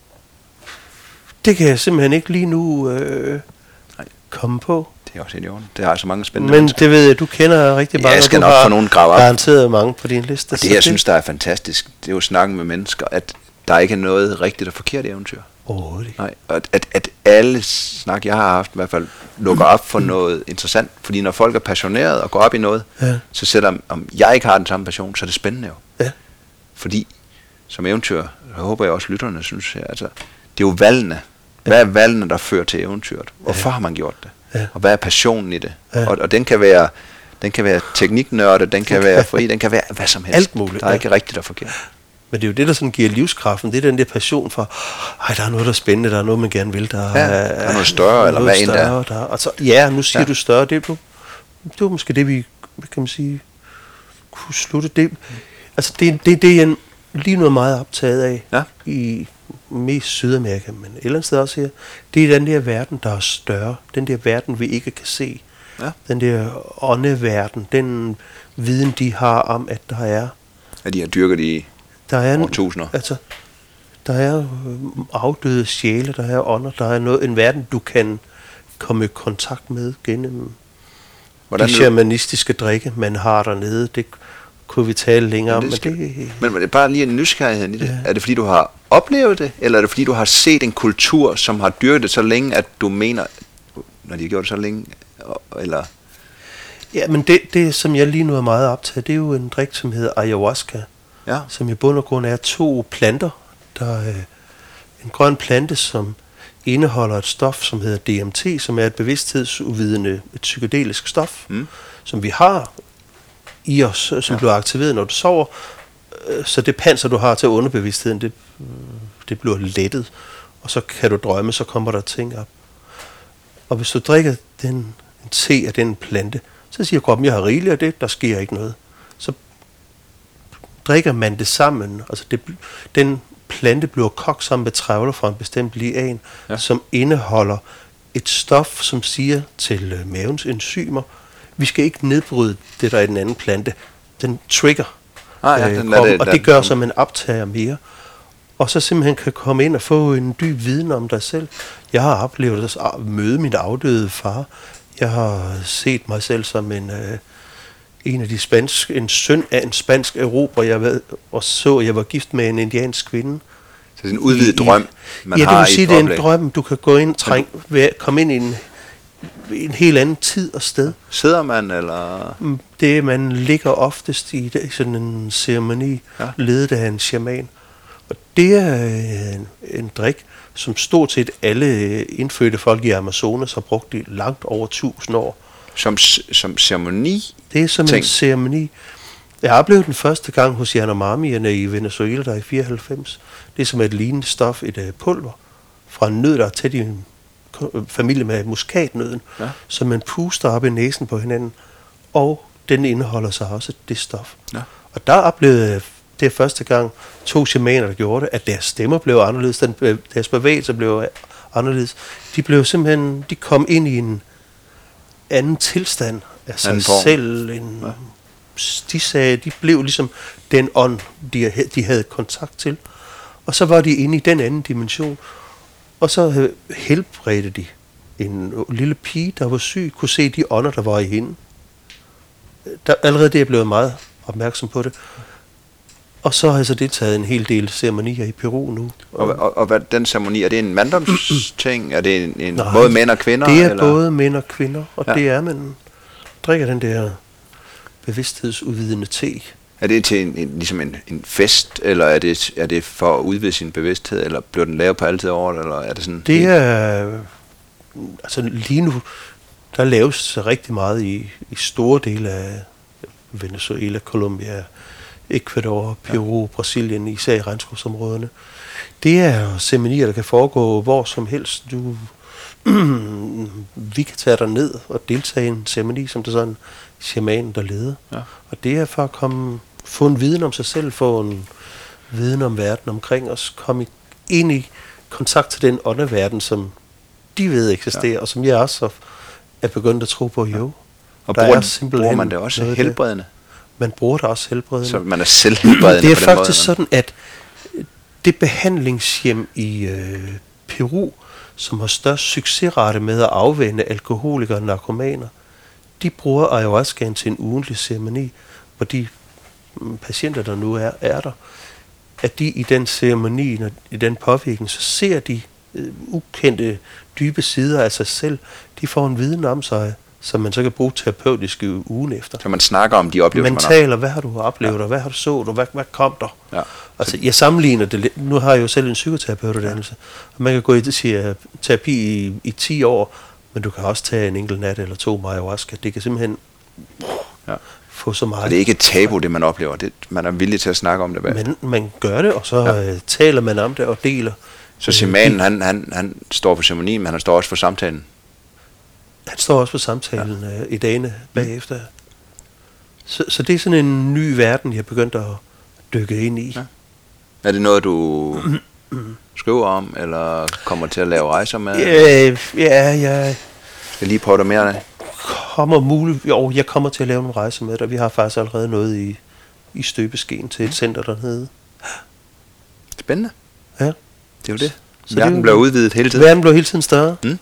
Det kan jeg simpelthen ikke lige nu øh, komme på. Det er også helt i orden. Det har så mange spændende Men mennesker. det ved jeg, du kender rigtig mange. Ja, jeg skal nok få nogen grave op. Garanteret mange på din liste. Og det, jeg det. synes, der er fantastisk, det er jo snakken med mennesker, at der ikke er noget rigtigt og forkert i eventyr. Overhovedet ikke. Nej, at, at, at alle snak, jeg har haft, i hvert fald lukker op for noget interessant. Fordi når folk er passionerede og går op i noget, ja. så selvom om jeg ikke har den samme passion, så er det spændende jo. Ja. Fordi som eventyr, jeg håber jeg også lytterne synes, jeg, altså, det er jo valgene. Hvad er valgene, der fører til eventyret? Hvorfor ja. har man gjort det? Ja. Og hvad er passionen i det? Ja. Og, og den kan være, den kan være tekniknørdet, den kan være fri, den kan være hvad som helst. Alt muligt. Der er ja. ikke rigtigt og forkert. Men det er jo det, der sådan giver livskraften. Det er den der passion for, ej, der er noget, der er spændende, der er noget, man gerne vil. Der, ja, der er noget større, eller hvad end der er. Der. Altså, ja, nu siger ja. du større. Det er, det var måske det, vi kan man sige, kunne slutte. Det, altså, det er det, det, jeg lige nu er meget optaget af ja. i mest Sydamerika, men et eller andet sted også her. Det er den der verden, der er større. Den der verden, vi ikke kan se. Ja. Den der åndeverden. Den viden, de har om, at der er... At de har dyrket i der er en, tusinder. Altså, der er afdøde sjæle, der er ånder, der er noget, en verden, du kan komme i kontakt med gennem Hvordan de shamanistiske drikke, man har dernede. Det kunne vi tale længere om. Men, men, det, men, men det er bare lige en nysgerrighed i det. Ja. Er det fordi, du har oplevet det, eller er det fordi, du har set en kultur, som har dyrket det så længe, at du mener, når de har gjort det så længe, eller... Ja, men det, det, som jeg lige nu er meget optaget, det er jo en drik, som hedder ayahuasca. Ja. Som i bund og grund er to planter. Der er øh, en grøn plante, som indeholder et stof, som hedder D M T, som er et bevidsthedsudvidende, et psykedelisk stof, mm. som vi har i os, som ja. bliver aktiveret, når du sover. Så det panser, du har til underbevidstheden, det, det bliver lettet, og så kan du drømme, så kommer der ting op. Og hvis du drikker den, en te af den plante, så siger kroppen, jeg har rigeligt af det, der sker ikke noget. Så drikker man det sammen, altså det, den plante bliver kogt sammen med trævler fra en bestemt lian, ja. som indeholder et stof, som siger til øh, mavens enzymer, vi skal ikke nedbryde det, der er i den anden plante. Den trigger ah, ja, øh, den kroppen, det, og det gør, så man optager mere. Og så simpelthen kan komme ind og få en dyb viden om dig selv. Jeg har oplevet at møde min afdøde far. Jeg har set mig selv som en... Øh, en af de spanske, en søn af en spansk erobrer, jeg ved, og så, jeg var gift med en indiansk kvinde. Så Det er en udvidet drøm, man ja, har det i vil sige, et det er en oplæg. drøm, du kan gå ind, træng, ved, komme ind i en, en helt anden tid og sted. Sidder man, eller? Det, man ligger oftest i, det, sådan en ceremoni, ja. ledet af en shaman. Og det er en, en drik, som stort set alle indfødte folk i Amazonas har brugt i langt over tusind år. Som, som ceremoni? Det er som ting. En ceremoni. Jeg oplevede den første gang hos Yanomamierne i Venezuela, der i fireoghalvfems. Det er som et lignende stof, et uh, pulver, fra en nød, der er tæt i en familie med muskatnøden, ja. Som man puster op i næsen på hinanden, og den indeholder så også det stof. Ja. Og der oplevede jeg det første gang to shamaner, der gjorde det, at deres stemmer blev anderledes, den, deres bevægelser blev anderledes. De blev simpelthen, de kom ind i en anden tilstand af sig selv. En, ja. De sagde, de blev ligesom den ånd, de, de havde kontakt til. Og så var de inde i den anden dimension. Og så helbredte de en lille pige, der var syg, kunne se de ånder, der var i hende. Der, allerede det er blevet meget opmærksom på det. Og så har jeg så deltaget en hel del ceremonier i Peru nu. Og, og, og hvad den ceremoni, er det en manddomsting? Er det en, en både mænd og kvinder? Det er eller? Både mænd og kvinder, og ja. Det er, man drikker den der bevidsthedsudvidende te. Er det til en, en, ligesom en, en fest, eller er det, er det for at udvide sin bevidsthed, eller bliver den lavet på altid året, eller er det sådan? Det er, altså lige nu, der laves rigtig meget i, i store dele af Venezuela, Colombia, Ecuador, Peru, ja. Brasilien, især i regnskovsområderne. Det er ceremonier, der kan foregå hvor som helst. Du, vi kan tage dig ned og deltage i en ceremoni, som det er sådan en shaman, der leder. Ja. Og det er for at komme, få en viden om sig selv, få en viden om verden omkring os, komme ind i kontakt til den åndeverden, som de ved eksisterer, ja. Og som jeg også er begyndt at tro på, jo. Ja. Og bruger, bruger man det også helbredende? Man bruger det også helbredende. Så man er selvhelbredende det er på den faktisk måde, sådan, at det behandlingshjem i øh, Peru, som har størst succesrate med at afvænne alkoholikere og narkomaner, de bruger ayahuascaen til en ugentlig ceremoni, hvor de mm, patienter, der nu er, er der, at de i den ceremoni, i den påvirkning, så ser de øh, ukendte, dybe sider af sig selv. De får en viden om sig, som man så kan bruge terapeutisk i ugen efter. Så man snakker om de oplevelser, man taler, hvad har du oplevet, ja. Og hvad har du så, og hvad, hvad kom der? Ja. Altså, jeg sammenligner det lidt. Nu har jeg jo selv en psykoterapeutuddannelse, ja. Og man kan gå i terapi i, i ti år, men du kan også tage en enkelt nat eller to med ayahuasca. Det kan simpelthen ja. Få så meget. Og det er ikke et tabu, det man oplever. Det, man er villig til at snakke om det. Hvad? Men man gør det, og så ja. uh, taler man om det og deler. Så shamanen, han, han, han står for ceremonien, men han står også for samtalen? Han står også på samtalen ja. uh, i dagene bagefter. Så, så det er sådan en ny verden, jeg er begyndt at dykke ind i. Ja. Er det noget, du skriver om, eller kommer til at lave rejser med? Ja, ja, jeg... Skal lige prøve det mere af? Kommer muligt, jo, jeg kommer til at lave nogle rejser med dig. Vi har faktisk allerede noget i, i støbeskeen til et center dernede. Spændende. Ja. Det er jo det. Så verden det bliver udvidet hele tiden. Verden bliver hele tiden større. Mm.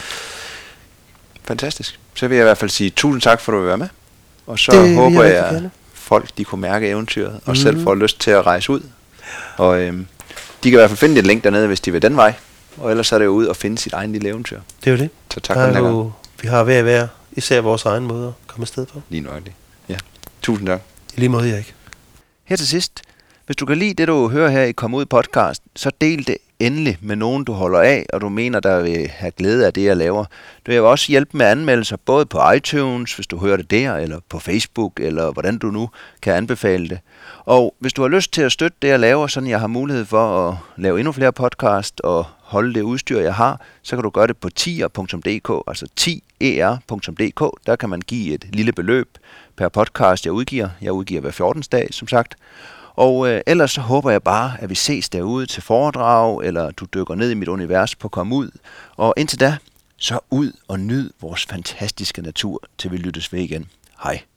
Fantastisk. Så vil jeg i hvert fald sige tusind tak, for at du vil være med. Og så det håber jeg, at folk de kunne mærke eventyret, og mm. selv får lyst til at rejse ud. Og øhm, de kan i hvert fald finde et link dernede, hvis de vil den vej. Og ellers er det jo ud og finde sit egen lille eventyr. Det er jo det. Så tak for den her gang. Vi har hver hver, især vores egen måde at komme afsted på. Lige nøjagtigt. Ja. Tusind tak. I lige måde, Erik. Her til sidst. Hvis du kan lide det, du hører her i Kom Ud podcast, så del det endelig med nogen, du holder af, og du mener, der vil have glæde af det, jeg laver. Du vil også hjælpe med anmeldelser, både på iTunes, hvis du hører det der, eller på Facebook, eller hvordan du nu kan anbefale det. Og hvis du har lyst til at støtte det, jeg laver, sådan jeg har mulighed for at lave endnu flere podcast og holde det udstyr, jeg har, så kan du gøre det på tier punktum d k, altså tier punktum d k. Der kan man give et lille beløb per podcast, jeg udgiver. Jeg udgiver hver fjortende dag, som sagt. Og øh, ellers så håber jeg bare, at vi ses derude til foredrag, eller du dykker ned i mit univers på Kom Ud. Og indtil da, så ud og nyd vores fantastiske natur, til vi lyttes ved igen. Hej.